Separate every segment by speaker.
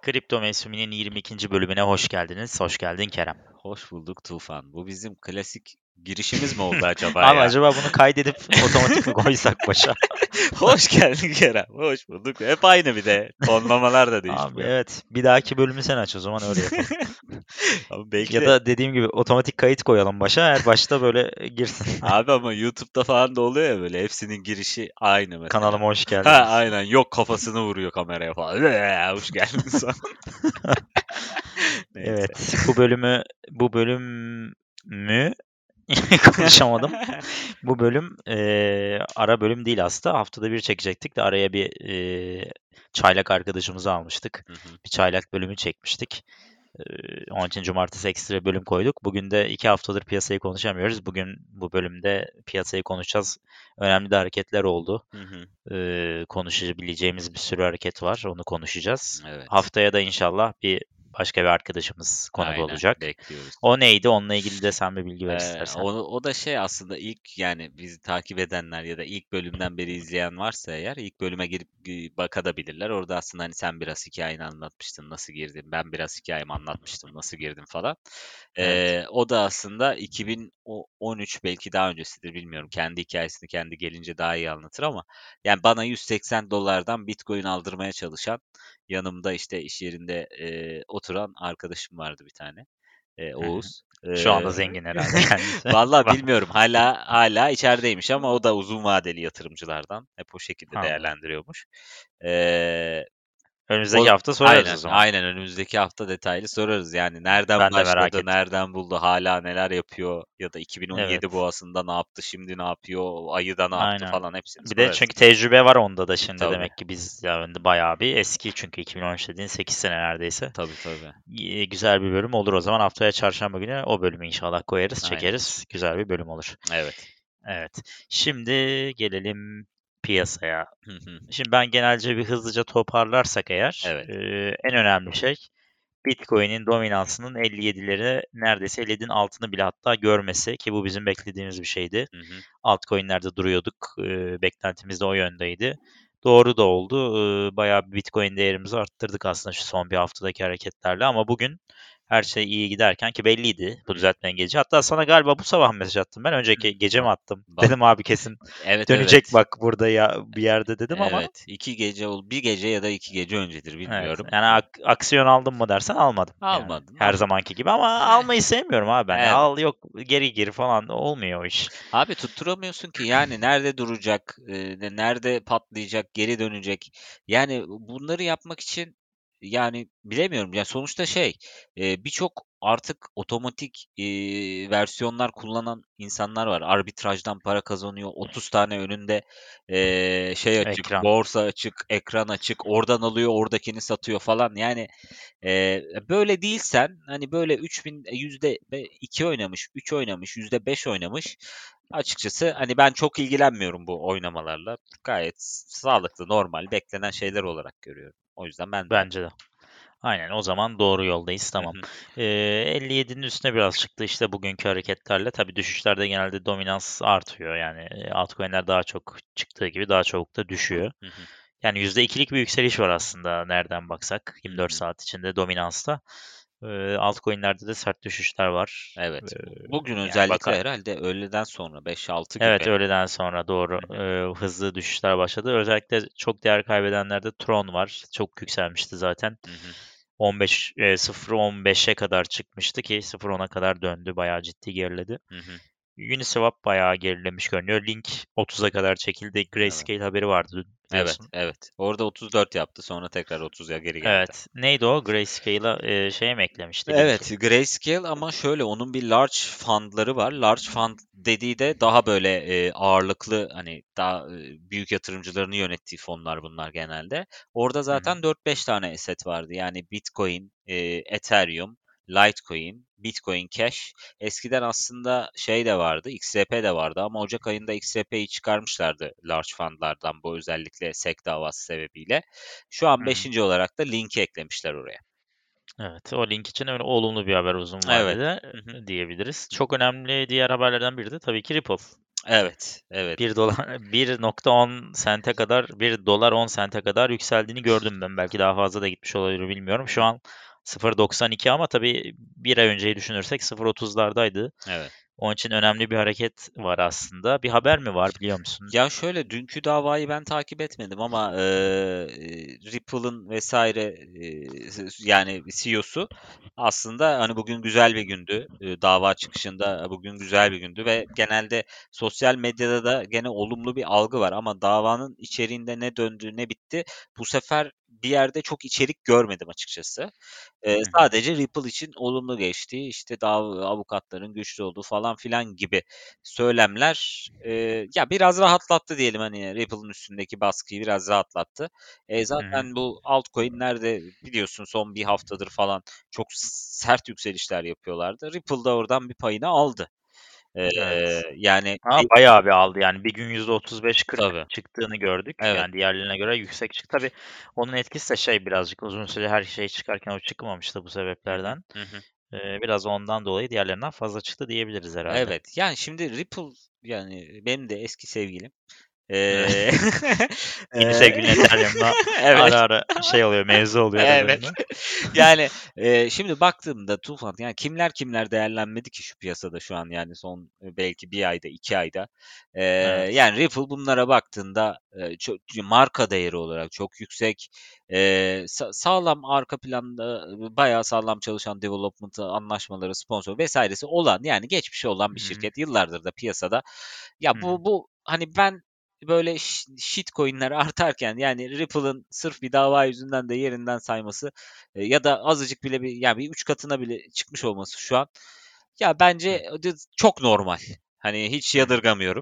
Speaker 1: Kripto mevsiminin 22. bölümüne hoş geldiniz. Hoş geldin Kerem.
Speaker 2: Hoş bulduk Tufan. Bu bizim klasik girişimiz mi oldu acaba
Speaker 1: Abi
Speaker 2: ya?
Speaker 1: acaba bunu kaydedip otomatik mi koysak başa?
Speaker 2: Hoş geldin Kerem. Hoş bulduk. Hep aynı bir de. Tonlamalar da
Speaker 1: Abi
Speaker 2: değişmiyor.
Speaker 1: evet. Bir dahaki bölümü sen aç o zaman öyle yapalım.
Speaker 2: Ama
Speaker 1: Ya
Speaker 2: belki de
Speaker 1: da dediğim gibi otomatik kayıt koyalım başa. Her başta böyle girsin.
Speaker 2: abi ama YouTube'da falan da oluyor ya böyle hepsinin girişi aynı mesela.
Speaker 1: Kanalıma hoş
Speaker 2: Ha
Speaker 1: geldiniz.
Speaker 2: aynen yok kafasını vuruyor kameraya falan. Hoş geldin sonra. Neyse.
Speaker 1: Evet. Bu bölümü konuşamadım. Bu bölüm ara bölüm değil aslında. Haftada bir çekecektik de araya bir çaylak arkadaşımızı almıştık.
Speaker 2: Hı hı.
Speaker 1: Bir çaylak bölümü çekmiştik. Onun için cumartesi ekstra bölüm koyduk. Bugün de 2 haftadır piyasayı konuşamıyoruz. Bugün bu bölümde piyasayı konuşacağız. Önemli de hareketler oldu.
Speaker 2: Hı hı.
Speaker 1: Konuşabileceğimiz bir sürü hareket var. Onu konuşacağız.
Speaker 2: Evet.
Speaker 1: Haftaya da inşallah başka bir arkadaşımız konuk
Speaker 2: Aynen
Speaker 1: olacak.
Speaker 2: bekliyoruz.
Speaker 1: O neydi? Onunla ilgili de sen bir bilgi ver istersen.
Speaker 2: O da şey aslında ilk yani bizi takip edenler ya da ilk bölümden beri izleyen varsa eğer ilk bölüme girip bakabilirler. Orada aslında hani sen biraz hikayeni anlatmıştın nasıl girdin, ben biraz hikayemi anlatmıştım nasıl girdim falan.
Speaker 1: Evet.
Speaker 2: O da aslında 2013 belki daha öncesidir bilmiyorum. Kendi hikayesini kendi gelince daha iyi anlatır ama yani bana 180 dolardan Bitcoin aldırmaya çalışan yanımda işte iş yerinde oturan arkadaşım vardı bir tane.
Speaker 1: Hı hı.
Speaker 2: Oğuz.
Speaker 1: Şu anda zengin herhalde kendisi.
Speaker 2: Valla bilmiyorum. Hala içerideymiş ama o da uzun vadeli yatırımcılardan. Hep o şekilde
Speaker 1: Anladım.
Speaker 2: değerlendiriyormuş. Eee,
Speaker 1: Önümüzdeki
Speaker 2: o
Speaker 1: hafta sorarız o
Speaker 2: aynen,
Speaker 1: zaman.
Speaker 2: aynen önümüzdeki hafta detaylı sorarız. Yani nereden
Speaker 1: Ben de merak
Speaker 2: başladı,
Speaker 1: ettim.
Speaker 2: nereden buldu, hala neler yapıyor ya da 2017
Speaker 1: Evet.
Speaker 2: boğasında ne yaptı, şimdi ne yapıyor, o ayı da ne yaptı
Speaker 1: Aynen.
Speaker 2: falan hepsini
Speaker 1: Bir de
Speaker 2: sorarız.
Speaker 1: çünkü tecrübe var onda da şimdi
Speaker 2: Tabii,
Speaker 1: demek ki biz yani bayağı bir eski çünkü 2013 dediğin 8 sene neredeyse.
Speaker 2: tabii.
Speaker 1: Güzel bir bölüm olur o zaman. Haftaya çarşamba günü o bölümü inşallah koyarız,
Speaker 2: Aynen.
Speaker 1: çekeriz. Güzel bir bölüm olur.
Speaker 2: Evet.
Speaker 1: Evet. Şimdi gelelim piyasaya.
Speaker 2: Hı hı.
Speaker 1: Şimdi ben genelce bir hızlıca toparlarsak eğer,
Speaker 2: Evet.
Speaker 1: en önemli şey Bitcoin'in dominansının 57'lere neredeyse 57'nin altını bile hatta görmesi ki bu bizim beklediğimiz bir şeydi.
Speaker 2: Hı hı.
Speaker 1: Altcoin'lerde duruyorduk. Beklentimiz de o yöndeydi. Doğru da oldu. Bayağı bir Bitcoin değerimizi arttırdık aslında şu son bir haftadaki hareketlerle ama bugün her şey iyi giderken ki belliydi bu
Speaker 2: Hı.
Speaker 1: düzeltmenin geleceği. Hatta sana galiba bu sabah mesaj attım ben. Önceki gece mi
Speaker 2: Va-
Speaker 1: attım?
Speaker 2: va-
Speaker 1: Dedim abi kesin
Speaker 2: Evet,
Speaker 1: dönecek
Speaker 2: evet.
Speaker 1: bak burada ya bir yerde dedim ama
Speaker 2: Evet. Bir gece ya da 2 gece öncedir
Speaker 1: evet.
Speaker 2: bilmiyorum.
Speaker 1: Yani aksiyon aldım mı dersen almadım yani.
Speaker 2: Almadın
Speaker 1: Her
Speaker 2: ama
Speaker 1: zamanki gibi ama almayı sevmiyorum abi ben. Ya
Speaker 2: evet.
Speaker 1: al yok geri geri falan olmuyor o iş.
Speaker 2: Abi tutturamıyorsun ki yani nerede duracak, nerede patlayacak, geri dönecek. Yani bunları yapmak için yani bilemiyorum. Ya sonuçta birçok artık otomatik versiyonlar kullanan insanlar var. Arbitrajdan para kazanıyor. 30 tane önünde şey açık,
Speaker 1: Ekran.
Speaker 2: borsa açık, ekran açık. Oradan alıyor, oradakini satıyor falan. Yani böyle değilsen hani böyle 3000 %2 oynamış, 3 oynamış, %5 oynamış. Açıkçası hani ben çok ilgilenmiyorum bu oynamalarla. Gayet sağlıklı, normal, beklenen şeyler olarak görüyorum. O yüzden ben de
Speaker 1: Bence de. Aynen o zaman doğru yoldayız
Speaker 2: Hı
Speaker 1: tamam.
Speaker 2: hı,
Speaker 1: 57'nin üstüne biraz çıktı işte bugünkü hareketlerle. Tabii düşüşlerde genelde dominans artıyor. Yani altcoin'ler daha çok çıktığı gibi daha çabuk da düşüyor.
Speaker 2: hı hı,
Speaker 1: Yani %2'lik bir yükseliş var aslında nereden baksak
Speaker 2: hı
Speaker 1: 24
Speaker 2: hı.
Speaker 1: saat içinde dominansta. Altcoin'lerde de sert düşüşler var.
Speaker 2: Evet. Bugün
Speaker 1: Yani
Speaker 2: özellikle herhalde öğleden sonra 5-6
Speaker 1: evet
Speaker 2: gibi.
Speaker 1: öğleden sonra doğru
Speaker 2: Hı hı,
Speaker 1: hızlı düşüşler başladı. Özellikle çok değer kaybedenlerde Tron var. Çok yükselmişti zaten.
Speaker 2: hı hı,
Speaker 1: 0.15'e kadar çıkmıştı ki 0.10'a kadar döndü. Bayağı ciddi geriledi.
Speaker 2: hı hı.
Speaker 1: Uniswap bayağı gerilemiş görünüyor. Link 30'a kadar çekildi.
Speaker 2: Evet.
Speaker 1: Grayscale haberi vardı dün
Speaker 2: Evet,
Speaker 1: biliyorsun.
Speaker 2: evet. Orada 34 yaptı, sonra tekrar 30'a geri geldi.
Speaker 1: Evet. Neydi o? Grayscale'a şeye mi eklemişti linki?
Speaker 2: Evet, Grayscale ama şöyle onun bir large fund'ları var. Large fund dediği de daha böyle ağırlıklı hani daha büyük yatırımcılarını yönettiği fonlar bunlar genelde. Orada
Speaker 1: Hı hı.
Speaker 2: zaten 4-5 tane asset vardı. Yani Bitcoin, Ethereum, Litecoin, Bitcoin Cash. Eskiden aslında şey de vardı, XRP de vardı ama Ocak ayında XRP'yi çıkarmışlardı large fund'lardan bu özellikle SEC davası sebebiyle. Şu
Speaker 1: Hı
Speaker 2: an
Speaker 1: hı.
Speaker 2: beşinci olarak da Link'i eklemişler oraya.
Speaker 1: Evet, o link için öyle olumlu bir haber uzun
Speaker 2: Evet.
Speaker 1: vadede
Speaker 2: Hı hı.
Speaker 1: diyebiliriz. Çok önemli diğer haberlerden biri de tabii ki Ripple.
Speaker 2: Evet, evet.
Speaker 1: 1 dolar 1.10 sente kadar 1 dolar 10 sente kadar yükseldiğini gördüm ben. Belki daha fazla da gitmiş olabilir bilmiyorum.
Speaker 2: Hı
Speaker 1: Şu
Speaker 2: hı.
Speaker 1: an 0.92 ama tabii bir ay önceyi düşünürsek 0.30'lardaydı.
Speaker 2: Evet.
Speaker 1: Onun için önemli bir hareket var aslında. Bir haber mi var biliyor musun?
Speaker 2: Ya şöyle dünkü davayı ben takip etmedim ama Ripple'ın vesaire yani CEO'su aslında hani bugün güzel bir gündü. Dava çıkışında bugün güzel bir gündü ve genelde sosyal medyada da gene olumlu bir algı var ama davanın içeriğinde ne döndü ne bitti bu sefer bir yerde çok içerik görmedim açıkçası.
Speaker 1: Hı hı.
Speaker 2: Sadece Ripple için olumlu geçti. İşte avukatların güçlü olduğu falan filan gibi söylemler ya biraz rahatlattı diyelim hani Ripple'ın üstündeki baskıyı biraz rahatlattı.
Speaker 1: Hı hı.
Speaker 2: Zaten bu altcoin'ler biliyorsun son bir haftadır falan çok sert yükselişler yapıyorlardı. Ripple da oradan bir payını aldı.
Speaker 1: Evet.
Speaker 2: Yani
Speaker 1: Ama bayağı bir aldı yani bir gün %35-40
Speaker 2: tabii.
Speaker 1: çıktığını gördük.
Speaker 2: Evet.
Speaker 1: Yani diğerlerine göre yüksek çıktı. Tabii onun etkisi de şey birazcık uzun süre her şey çıkarken o çıkmamıştı bu
Speaker 2: Hı hı.
Speaker 1: sebeplerden.
Speaker 2: Hı hı.
Speaker 1: Biraz ondan dolayı diğerlerinden fazla çıktı diyebiliriz herhalde.
Speaker 2: Evet. Yani şimdi Ripple yani benim de eski sevgilim. Eee,
Speaker 1: Yeni
Speaker 2: eee,
Speaker 1: sevgilin Ethereum'la
Speaker 2: evet,
Speaker 1: ara ara şey oluyor, mevzu oluyor dedin
Speaker 2: evet.
Speaker 1: mi?
Speaker 2: Yani, şimdi baktığımda Tufan, yani kimler değerlenmedi ki şu piyasada şu an yani son, belki bir ayda, 2 ayda. Eee,
Speaker 1: Evet.
Speaker 2: Yani Ripple bunlara baktığında, çok marka değeri olarak çok yüksek, sağlam arka planda, bayağı sağlam çalışan development anlaşmaları, sponsor vs.si olan yani geçmişi olan bir
Speaker 1: Hı hı.
Speaker 2: şirket. Yıllardır da piyasada. Ya,
Speaker 1: Hı hı.
Speaker 2: bu hani ben böyle shitcoin'ler artarken yani Ripple'ın sırf bir dava yüzünden de yerinden sayması, ya da azıcık bile yani bir 3 katına bile çıkmış olması şu an, ya bence çok normal. Hani hiç
Speaker 1: Hı hı.
Speaker 2: yadırgamıyorum.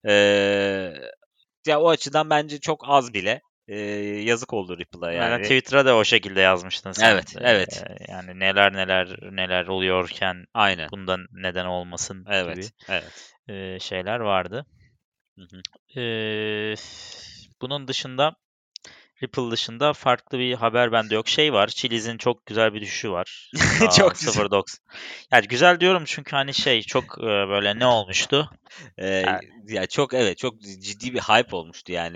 Speaker 2: Eee, Ya o açıdan bence çok az bile, yazık oldu Ripple'a
Speaker 1: Zaten
Speaker 2: yani.
Speaker 1: Twitter'a da o şekilde yazmıştın sen.
Speaker 2: Evet, evet.
Speaker 1: Yani neler oluyorken
Speaker 2: Aynen.
Speaker 1: bundan neden olmasın gibi
Speaker 2: Evet, evet.
Speaker 1: şeyler vardı.
Speaker 2: Hı hı.
Speaker 1: Eee, Bunun dışında Ripple dışında farklı bir haber bende yok. Şey var, Chili's'in çok güzel bir düşüşü var.
Speaker 2: Çok güzel.
Speaker 1: 0.90. Yani güzel diyorum çünkü hani şey çok böyle ne olmuştu? Yani,
Speaker 2: Ya çok evet, çok ciddi bir hype olmuştu yani,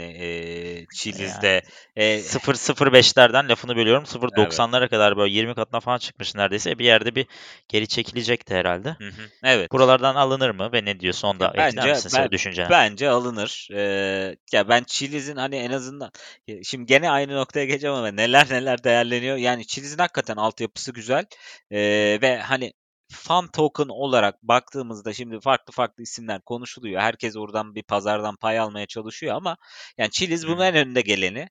Speaker 1: yani
Speaker 2: Chili's'de. Eee
Speaker 1: 0.05'lerden lafını bölüyorum.
Speaker 2: Evet.
Speaker 1: 0.90'lara kadar böyle 20 katına falan çıkmış neredeyse. Bir yerde bir geri çekilecekti herhalde.
Speaker 2: Hı hı. Evet.
Speaker 1: Buralardan alınır mı ve ne diyorsun? Onu
Speaker 2: Ya
Speaker 1: da ekler
Speaker 2: bence
Speaker 1: misin düşüncene?
Speaker 2: bence alınır. Ya ben Chiliz'in hani en azından şimdi gene aynı noktaya geleceğim ama neler değerleniyor. Yani Chiliz'in hakikaten altyapısı güzel. Ve hani fan token olarak baktığımızda şimdi farklı isimler konuşuluyor. Herkes oradan bir pazardan pay almaya çalışıyor ama yani Chiliz
Speaker 1: Hı
Speaker 2: bunun
Speaker 1: hı.
Speaker 2: en önünde geleni.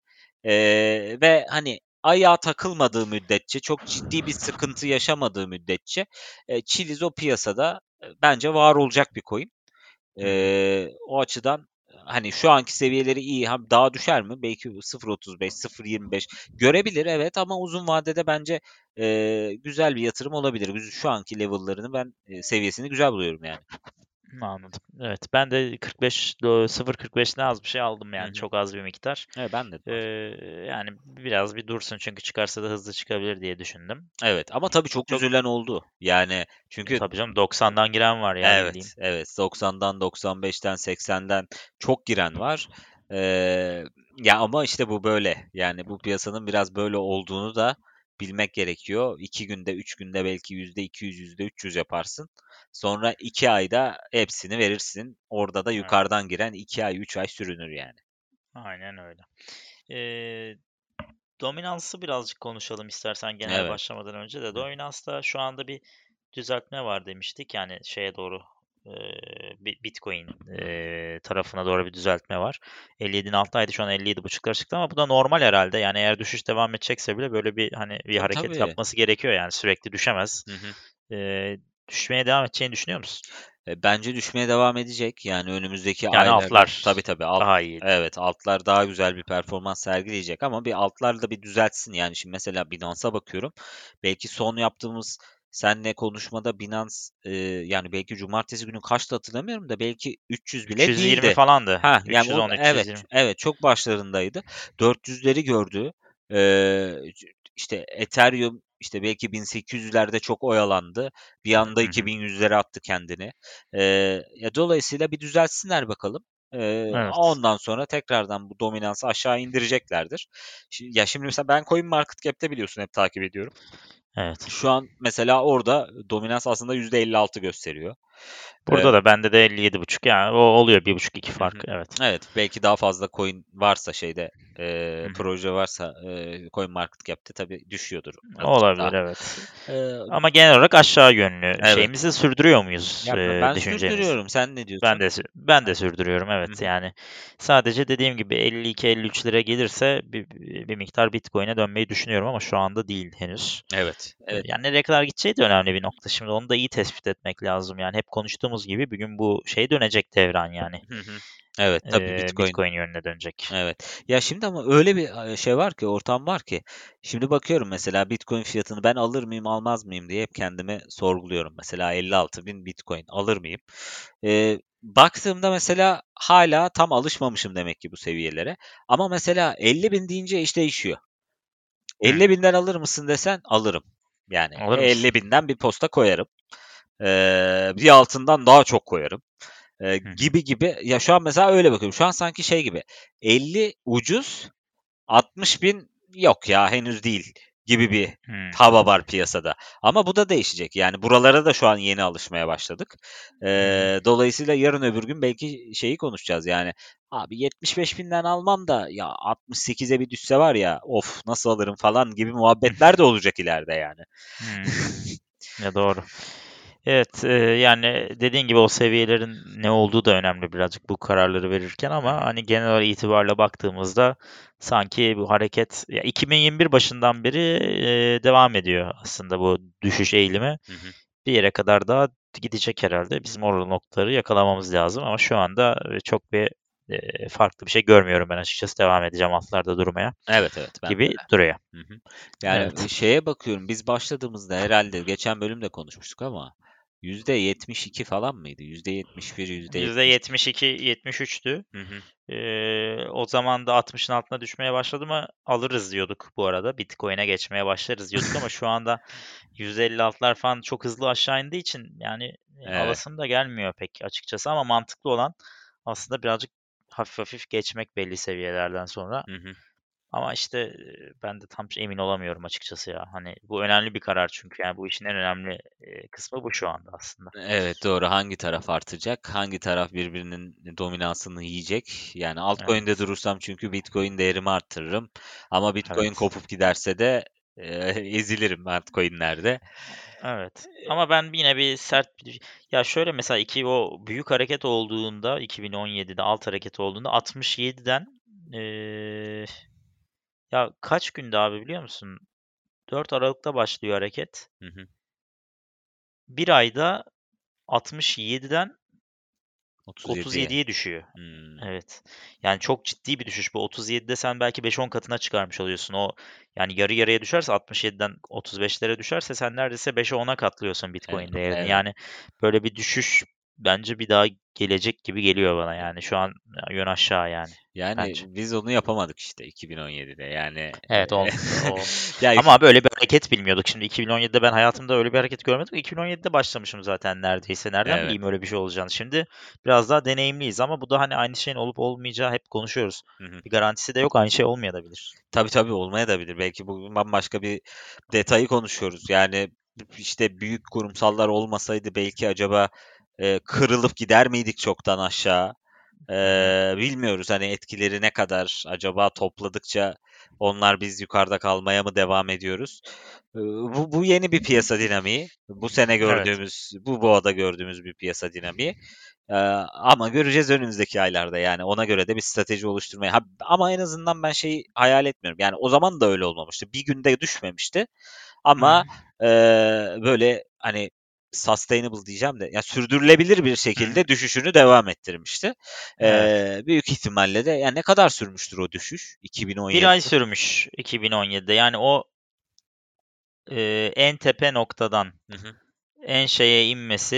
Speaker 2: Ve hani ayağa takılmadığı müddetçe, çok ciddi bir sıkıntı yaşamadığı müddetçe Chiliz o piyasada bence var olacak bir coin.
Speaker 1: Hı hı.
Speaker 2: O açıdan hani şu anki seviyeleri iyi. Ha, daha düşer mi? Belki 0.35, 0.25 görebilir evet ama uzun vadede bence güzel bir yatırım olabilir. Şu anki level'larını ben seviyesini güzel buluyorum yani.
Speaker 1: Anladım. Evet, ben de 45 0.45 az bir şey aldım
Speaker 2: Hı
Speaker 1: yani
Speaker 2: hı.
Speaker 1: çok az bir miktar.
Speaker 2: Evet ben de.
Speaker 1: Ee, Yani biraz bir dursun çünkü çıkarsa da hızlı çıkabilir diye düşündüm.
Speaker 2: Evet ama tabii çok
Speaker 1: Çok
Speaker 2: üzülen oldu. Yani çünkü
Speaker 1: tabii canım 90'dan giren var ya bildiğin.
Speaker 2: evet, evet. 90'dan, 95'ten, 80'den çok giren var. Eee, Ya ama işte bu böyle. Yani bu piyasanın biraz böyle olduğunu da bilmek gerekiyor. 2 günde, 3 günde belki %200, %300 yaparsın. Sonra 2 ayda hepsini verirsin. Orada da
Speaker 1: Evet,
Speaker 2: yukarıdan giren 2 ay, 3 ay sürünür yani.
Speaker 1: aynen öyle. Ee, Dominansı birazcık konuşalım istersen genel
Speaker 2: Evet.
Speaker 1: başlamadan önce de.
Speaker 2: Hı hı.
Speaker 1: Dominansta şu anda bir düzeltme var demiştik. Yani şeye doğru Bitcoin tarafına doğru bir düzeltme var. 57'nin altındaydı şu an 57,5'lara çıktı ama bu da normal herhalde. Yani eğer düşüş devam edecekse bile böyle bir hani bir
Speaker 2: Tabii
Speaker 1: hareket
Speaker 2: tabii.
Speaker 1: yapması gerekiyor yani sürekli düşemez.
Speaker 2: Hı hı.
Speaker 1: Eee, Düşmeye devam edeceğini düşünüyor musun?
Speaker 2: Bence düşmeye devam edecek. Yani önümüzdeki
Speaker 1: Yani
Speaker 2: aylarda
Speaker 1: altlar
Speaker 2: tabii
Speaker 1: daha iyi.
Speaker 2: evet altlar daha güzel bir performans sergileyecek ama bir altlar da bir düzeltsin. Yani şimdi mesela Binance'a bakıyorum. Belki son yaptığımız seninle konuşmada Binance yani belki cumartesi günü kaçtı hatırlamıyorum da belki 300 bile
Speaker 1: 320
Speaker 2: değildi.
Speaker 1: falandı.
Speaker 2: Ha yani o
Speaker 1: 310
Speaker 2: evet
Speaker 1: 320.
Speaker 2: evet çok başlarındaydı. 400'leri gördü. İşte Ethereum işte belki 1800'lerde çok oyalandı. Bir anda
Speaker 1: Hı hı.
Speaker 2: 2100'lere attı kendini. Ya dolayısıyla bir düzeltsinler bakalım.
Speaker 1: Evet.
Speaker 2: Ondan sonra tekrardan bu dominansı aşağı indireceklerdir. Ya şimdi mesela ben CoinMarketCap'te biliyorsun hep takip ediyorum.
Speaker 1: Evet.
Speaker 2: Şu an mesela orada dominans aslında %56 gösteriyor. Eee
Speaker 1: Burada da bende de 57,5 yani o oluyor 1,5-2
Speaker 2: Hı
Speaker 1: fark.
Speaker 2: hı.
Speaker 1: Evet.
Speaker 2: Evet, belki daha fazla coin varsa
Speaker 1: Hı hı.
Speaker 2: proje varsa CoinMarketCap'te tabii düşüyordur azıcık
Speaker 1: Olabilir
Speaker 2: daha.
Speaker 1: evet.
Speaker 2: Eee,
Speaker 1: Ama genel olarak aşağı yönlü
Speaker 2: evet.
Speaker 1: şeyimizi sürdürüyor muyuz
Speaker 2: Ya ben
Speaker 1: düşüncemizi?
Speaker 2: sürdürüyorum. Sen ne
Speaker 1: Ben
Speaker 2: diyorsun?
Speaker 1: de ben de sürdürüyorum
Speaker 2: Hı
Speaker 1: evet.
Speaker 2: hı.
Speaker 1: Yani sadece dediğim gibi 52-53 lira gelirse bir miktar Bitcoin'e dönmeyi düşünüyorum ama şu anda değil henüz.
Speaker 2: Evet, evet.
Speaker 1: Yani nereye kadar gideceği de önemli bir nokta. Şimdi onu da iyi tespit etmek lazım. Yani hep konuştuğumuz gibi bugün bu şey dönecek devran yani.
Speaker 2: Hı hı. Evet, tabii Bitcoin.
Speaker 1: Bitcoin yönüne dönecek.
Speaker 2: Evet. Ya şimdi ama öyle bir şey var ki, ortam var ki. Şimdi bakıyorum mesela Bitcoin fiyatını ben alır mıyım, almaz mıyım diye hep kendimi sorguluyorum. Mesela 56.000 Bitcoin alır mıyım? Baktığımda mesela hala tam alışmamışım demek ki bu seviyelere. Ama mesela 50.000 deyince iş değişiyor.
Speaker 1: Hmm.
Speaker 2: 50.000'den alır mısın desen alırım. Yani
Speaker 1: Alır mısın?
Speaker 2: 50.000'den bir posta koyarım. Bir altından daha çok koyarım.
Speaker 1: Hı hı.
Speaker 2: Gibi gibi. Ya şu an mesela öyle bakıyorum. Şu an sanki şey gibi. 50 ucuz, 60.000 yok ya henüz değil gibi bir
Speaker 1: Hmm.
Speaker 2: hava var piyasada. Ama bu da değişecek. Yani buralara da şu an yeni alışmaya başladık.
Speaker 1: Hı hı.
Speaker 2: Dolayısıyla yarın öbür gün belki şeyi konuşacağız. Yani abi 75.000'den almam da ya 68'e bir düşse var ya of nasıl alırım falan gibi muhabbetler de olacak ileride yani.
Speaker 1: Hmm. Ya doğru. Evet, yani dediğin gibi o seviyelerin ne olduğu da önemli birazcık bu kararları verirken
Speaker 2: Hı
Speaker 1: ama
Speaker 2: hı.
Speaker 1: hani genel itibariyle baktığımızda sanki bu hareket ya 2021 başından beri devam ediyor aslında bu düşüş eğilimi.
Speaker 2: Hı hı.
Speaker 1: Bir yere kadar daha gidecek herhalde. Bizim o noktaları yakalamamız lazım ama şu anda çok bir farklı bir şey görmüyorum ben açıkçası. Devam edeceğim altlarda durmaya
Speaker 2: Evet, evet, ben de
Speaker 1: gibi
Speaker 2: öyle.
Speaker 1: duruyor.
Speaker 2: Hı hı. Yani
Speaker 1: Evet.
Speaker 2: şeye bakıyorum biz başladığımızda herhalde geçen bölümde konuşmuştuk ama %72 falan mıydı? %71, %70.
Speaker 1: %72, 73'tü.
Speaker 2: Hı hı.
Speaker 1: O zaman da 60'ın altına düşmeye başladı mı alırız diyorduk bu arada. Bitcoin'e geçmeye başlarız diyorduk ama şu anda %56'lar falan çok hızlı aşağı indiği için yani
Speaker 2: Evet.
Speaker 1: alasım da gelmiyor pek açıkçası ama mantıklı olan aslında birazcık hafif hafif geçmek belli seviyelerden sonra.
Speaker 2: Hı hı.
Speaker 1: Ama işte ben de tam emin olamıyorum açıkçası ya. Hani bu önemli bir karar çünkü yani bu işin en önemli kısmı bu şu anda aslında.
Speaker 2: Evet, doğru. Hangi taraf artacak? Hangi taraf birbirinin dominansını yiyecek? Yani altcoin'de
Speaker 1: Evet,
Speaker 2: durursam çünkü Bitcoin değerimi arttırırım. Ama Bitcoin
Speaker 1: evet.
Speaker 2: kopup giderse de ezilirim altcoin'lerde.
Speaker 1: Evet. Ama ben yine bir sert bir ya şöyle mesela o büyük hareket olduğunda 2017'de alt hareket olduğunda 67'den ya kaç günde abi biliyor musun? 4 Aralık'ta başlıyor hareket.
Speaker 2: Hı hı.
Speaker 1: Bir ayda 67'den
Speaker 2: 37'ye.
Speaker 1: 37'ye düşüyor.
Speaker 2: Hımm.
Speaker 1: Evet. Yani çok ciddi bir düşüş bu. 37'de sen belki 5-10 katına çıkarmış oluyorsun. O yani yarı yarıya düşerse 67'den 35'lere düşerse sen neredeyse 5'e 10'a katlıyorsun Bitcoin değerini.
Speaker 2: Evet.
Speaker 1: Yani böyle bir düşüş bence bir daha gelecek gibi geliyor bana yani. Şu an yön aşağı yani
Speaker 2: Yani
Speaker 1: bence.
Speaker 2: biz onu yapamadık işte 2017'de. Yani
Speaker 1: Evet olmadı. Olmadı.
Speaker 2: ya
Speaker 1: Ama böyle bir hareket bilmiyorduk. Şimdi 2017'de ben hayatımda öyle bir hareket görmedim. 2017'de başlamışım zaten neredeyse. Nereden
Speaker 2: evet.
Speaker 1: bileyim öyle bir şey olacağını. Şimdi biraz daha deneyimliyiz ama bu da hani aynı şeyin olup olmayacağı hep konuşuyoruz.
Speaker 2: Hı hı.
Speaker 1: Bir garantisi de yok. Aynı şey olmayabilir.
Speaker 2: Tabii, tabii, olmayabilir. Belki bugün bambaşka bir detayı konuşuyoruz. Yani, işte, büyük kurumsallar olmasaydı belki acaba, kırılıp gider miydik çoktan aşağı?
Speaker 1: Hı hı.
Speaker 2: Bilmiyoruz, hani, etkileri ne kadar? Acaba topladıkça onlar biz yukarıda kalmaya mı devam ediyoruz? Bu yeni bir piyasa dinamiği. Bu sene
Speaker 1: Evet.
Speaker 2: gördüğümüz, bu boğada gördüğümüz bir piyasa dinamiği. Ama göreceğiz önümüzdeki aylarda, yani, ona göre de bir strateji oluşturmayı ama en azından ben şeyi hayal etmiyorum, yani, o zaman da öyle olmamıştı. Bir günde düşmemişti
Speaker 1: Hı hı.
Speaker 2: ama, böyle, hani, sustainable diyeceğim de, ya, sürdürülebilir bir
Speaker 1: Hı hı.
Speaker 2: şekilde düşüşünü devam ettirmişti.
Speaker 1: Evet.
Speaker 2: Büyük ihtimalle de ya, ne kadar sürmüştür o düşüş?
Speaker 1: Bir ay
Speaker 2: 2017'de.
Speaker 1: sürmüş 2017'de. Yani o en tepe noktadan
Speaker 2: Hı hı.
Speaker 1: en şeye inmesi,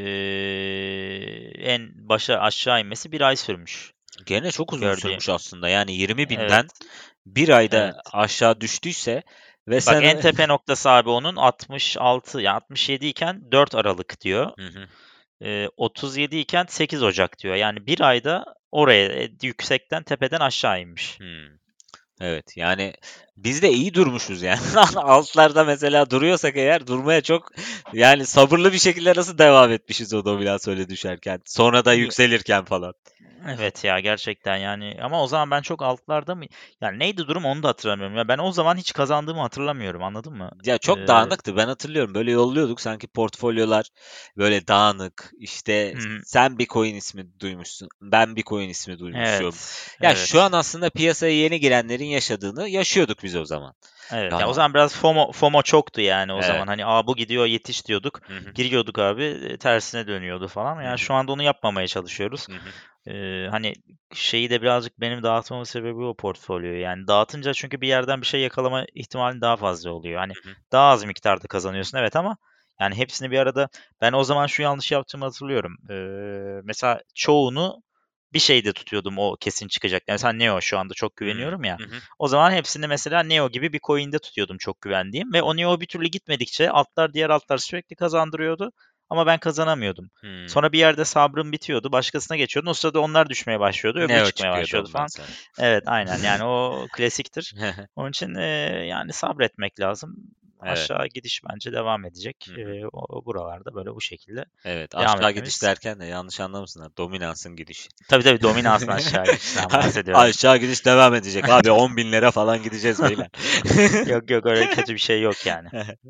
Speaker 1: en başa aşağı inmesi bir ay sürmüş.
Speaker 2: Gene çok uzun
Speaker 1: Gördüğüm.
Speaker 2: sürmüş aslında. Yani 20.000'den
Speaker 1: Evet,
Speaker 2: bir ayda
Speaker 1: evet.
Speaker 2: aşağı düştüyse Ve
Speaker 1: Bak
Speaker 2: sen
Speaker 1: en tepe noktası abi onun 66 ya 67 iken 4 Aralık diyor.
Speaker 2: Hı hı.
Speaker 1: 37 iken 8 Ocak diyor. Yani bir ayda oraya yüksekten tepeden aşağı inmiş.
Speaker 2: Hımm. Evet, yani biz de iyi durmuşuz yani. Altlarda mesela duruyorsak eğer durmaya çok yani sabırlı bir şekilde nasıl devam etmişiz o dominans öyle düşerken. Sonra da
Speaker 1: Ya-
Speaker 2: yükselirken falan.
Speaker 1: Evet ya gerçekten yani ama o zaman ben çok altlarda mı yani neydi durum onu da hatırlamıyorum. Ya ben o zaman hiç kazandığımı hatırlamıyorum anladın mı?
Speaker 2: Ya çok
Speaker 1: Ee,
Speaker 2: dağınıktı. Ben hatırlıyorum. Böyle yolluyorduk sanki portfolyolar böyle dağınık. İşte
Speaker 1: hı,
Speaker 2: sen bir coin ismi duymuşsun. Ben bir coin ismi duymuşum.
Speaker 1: evet,
Speaker 2: Ya şu an
Speaker 1: evet.
Speaker 2: aslında piyasaya yeni girenlerin yaşadığını yaşıyorduk biz o zaman.
Speaker 1: Evet, yani
Speaker 2: Yani
Speaker 1: o zaman biraz FOMO çoktu yani o
Speaker 2: evet.
Speaker 1: zaman. Hani bu gidiyor yetiş diyorduk.
Speaker 2: Hı hı.
Speaker 1: Giriyorduk abi tersine dönüyordu falan.
Speaker 2: Hı
Speaker 1: Yani
Speaker 2: hı.
Speaker 1: şu anda onu yapmamaya çalışıyoruz.
Speaker 2: Hı hı.
Speaker 1: Hani şeyi de birazcık benim dağıtmamın sebebi o portfolyoyu. Yani dağıtınca çünkü bir yerden bir şey yakalama ihtimalin daha fazla oluyor. Hani
Speaker 2: Hı hı.
Speaker 1: daha az miktarda kazanıyorsun evet ama yani hepsini bir arada ben o zaman şu yanlış yaptığımı hatırlıyorum. Mesela çoğunu bir şeyde tutuyordum o kesin çıkacak. Yani mesela Neo şu anda çok
Speaker 2: Hımm.
Speaker 1: güveniyorum ya.
Speaker 2: Hı hı.
Speaker 1: O zaman hepsini mesela Neo gibi bir coin'de tutuyordum çok güvendiğim ve o Neo bir türlü gitmedikçe diğer altlar sürekli kazandırıyordu ama ben kazanamıyordum.
Speaker 2: Hımm.
Speaker 1: Sonra bir yerde sabrım bitiyordu. Başkasına geçiyordum. O sırada onlar düşmeye başlıyordu. Öbürü
Speaker 2: Neo
Speaker 1: çıkmaya
Speaker 2: çıkıyordu
Speaker 1: başlıyordu
Speaker 2: ondan
Speaker 1: falan.
Speaker 2: sonra.
Speaker 1: Evet, aynen. Yani o klasiktir.
Speaker 2: Hı hı.
Speaker 1: Onun için yani sabretmek lazım.
Speaker 2: Evet.
Speaker 1: Aşağı gidiş bence devam edecek.
Speaker 2: Hı hı.
Speaker 1: O buralarda böyle bu şekilde
Speaker 2: Evet,
Speaker 1: devam
Speaker 2: aşağı gidiş
Speaker 1: etmemiz.
Speaker 2: derken de yanlış anlamasınlar. Dominansın gidişi.
Speaker 1: Tabii tabii dominansın aşağı gidişten bahsediyorum.
Speaker 2: Aşağı gidiş devam edecek abi. 10.000'lere falan gideceğiz beyler.
Speaker 1: Yok yok öyle kötü bir şey yok yani.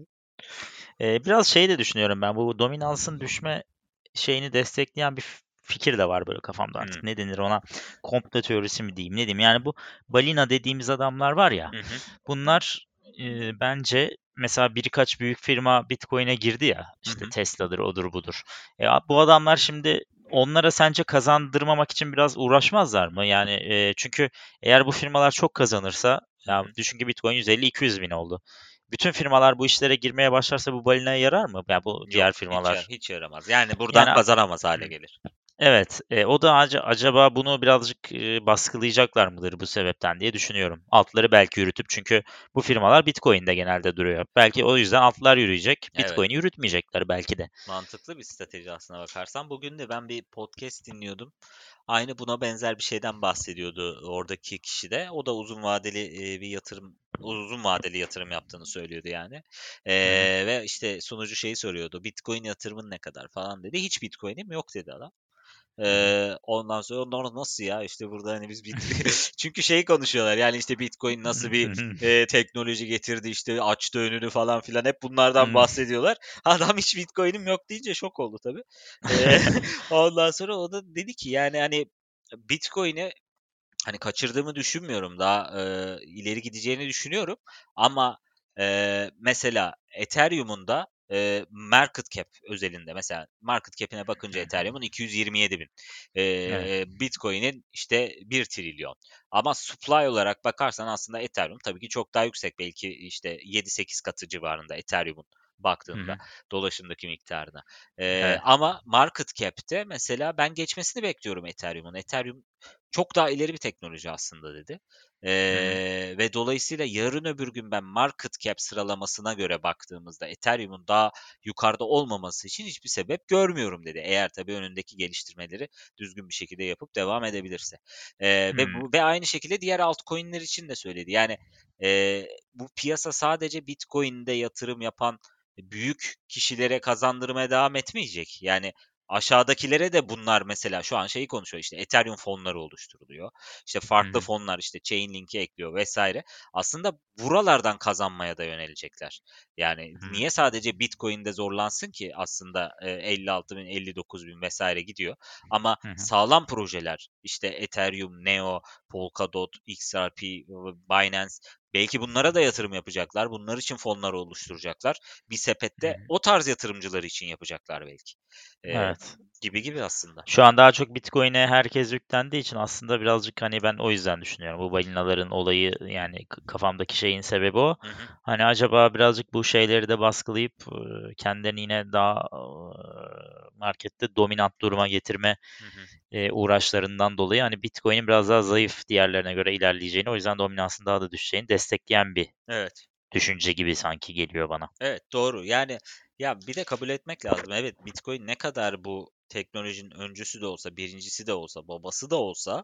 Speaker 1: Biraz şey de düşünüyorum ben. Bu dominansın düşme şeyini destekleyen bir fikir de var böyle kafamda
Speaker 2: Hımm.
Speaker 1: artık. Ne denir ona? Komplo teorisi mi diyeyim, ne diyeyim? Yani bu balina dediğimiz adamlar var ya,
Speaker 2: Hı hı.
Speaker 1: bunlar bence mesela birkaç büyük firma Bitcoin'e girdi ya,
Speaker 2: Hı
Speaker 1: işte
Speaker 2: hı.
Speaker 1: Tesla'dır, odur budur. Bu adamlar şimdi onlara sence kazandırmamak için biraz uğraşmazlar mı? Yani çünkü eğer bu firmalar çok kazanırsa,
Speaker 2: Hı
Speaker 1: ya
Speaker 2: hı.
Speaker 1: düşün ki Bitcoin 150-200 bin oldu. Bütün firmalar bu işlere girmeye başlarsa bu balinaya yarar mı? Ya bu diğer
Speaker 2: Yok,
Speaker 1: firmalar.
Speaker 2: hiç yaramaz. Yani buradan
Speaker 1: Yani
Speaker 2: kazanamaz hale gelir.
Speaker 1: evet, o da acaba bunu birazcık baskılayacaklar mıdır bu sebepten diye düşünüyorum. Altları belki yürütüp çünkü bu firmalar Bitcoin'de genelde duruyor. Belki o yüzden altlar yürüyecek,
Speaker 2: Evet.
Speaker 1: Bitcoin'i yürütmeyecekler belki de.
Speaker 2: Mantıklı bir strateji aslına bakarsan. Bugün de ben bir podcast dinliyordum. Aynı buna benzer bir şeyden bahsediyordu oradaki kişi de. O da uzun vadeli bir uzun vadeli yatırım yaptığını söylüyordu yani.
Speaker 1: Hı hı.
Speaker 2: Ve işte sunucu şeyi soruyordu. Bitcoin yatırımın ne kadar falan dedi. Hiç Bitcoin'im yok dedi adam.
Speaker 1: Hı hı.
Speaker 2: Ondan sonra onlar nasıl ya işte burada hani biz çünkü şey konuşuyorlar yani işte Bitcoin nasıl bir teknoloji getirdi işte açtı önünü falan filan hep bunlardan
Speaker 1: Hımm.
Speaker 2: bahsediyorlar. Adam hiç Bitcoin'im yok deyince şok oldu tabii. Eee, ondan sonra o da dedi ki yani hani Bitcoin'i hani kaçırdığımı düşünmüyorum. Daha, ileri gideceğini düşünüyorum ama, mesela Ethereum'un da, market cap özelinde mesela market cap'ine
Speaker 1: Hı
Speaker 2: bakınca
Speaker 1: hı.
Speaker 2: Ethereum'un 227.000,
Speaker 1: Evet.
Speaker 2: Bitcoin'in işte 1 trilyon ama supply olarak bakarsan aslında Ethereum tabii ki çok daha yüksek. Belki işte 7-8 katı civarında Ethereum'un
Speaker 1: Hı
Speaker 2: baktığında
Speaker 1: hı.
Speaker 2: dolaşımdaki miktarına.
Speaker 1: Evet.
Speaker 2: Ama market cap'te mesela ben geçmesini bekliyorum Ethereum'un. Ethereum çok daha ileri bir teknoloji aslında dedi.
Speaker 1: Hı hı.
Speaker 2: Ve dolayısıyla yarın öbür gün ben market cap sıralamasına göre baktığımızda Ethereum'un daha yukarıda olmaması için hiçbir sebep görmüyorum dedi. Eğer tabii önündeki geliştirmeleri düzgün bir şekilde yapıp devam edebilirse.
Speaker 1: Hımm.
Speaker 2: Ve aynı şekilde diğer altcoin'ler için de söyledi. Yani bu piyasa sadece Bitcoin'de yatırım yapan büyük kişilere kazandırmaya devam etmeyecek. Yani aşağıdakilere de bunlar mesela şu an şeyi konuşuyor işte Ethereum fonları oluşturuluyor. İşte
Speaker 1: Hı
Speaker 2: farklı
Speaker 1: hı.
Speaker 2: fonlar işte Chainlink'i ekliyor vesaire. Aslında buralardan kazanmaya da yönelecekler. Yani
Speaker 1: Hı hı.
Speaker 2: niye sadece Bitcoin'de zorlansın ki aslında 56 bin 59 bin vesaire gidiyor. Ama
Speaker 1: Hı hı.
Speaker 2: sağlam projeler işte Ethereum, Neo, Polkadot, XRP, Binance belki bunlara da yatırım yapacaklar. Bunlar için fonlar oluşturacaklar. Bir
Speaker 1: Hı
Speaker 2: sepette
Speaker 1: hı.
Speaker 2: o tarz yatırımcılar için yapacaklar belki. Eee,
Speaker 1: Evet.
Speaker 2: gibi aslında.
Speaker 1: Şu an daha çok Bitcoin'e herkes yüklendiği için aslında birazcık hani ben o yüzden düşünüyorum. Bu balinaların olayı yani kafamdaki şeyin sebebi o.
Speaker 2: Hı hı.
Speaker 1: Hani acaba birazcık bu şeyleri de baskılayıp kendilerini yine daha markette dominant duruma getirme
Speaker 2: Hı hı.
Speaker 1: uğraşlarından dolayı hani Bitcoin'in biraz daha zayıf diğerlerine göre ilerleyeceğini o yüzden dominansın daha da düşeceğini destekleyen bir
Speaker 2: Evet.
Speaker 1: düşünce gibi sanki geliyor bana.
Speaker 2: Evet, doğru. Yani ya bir de kabul etmek lazım. Evet, Bitcoin ne kadar bu teknolojinin öncüsü de olsa, birincisi de olsa, babası da olsa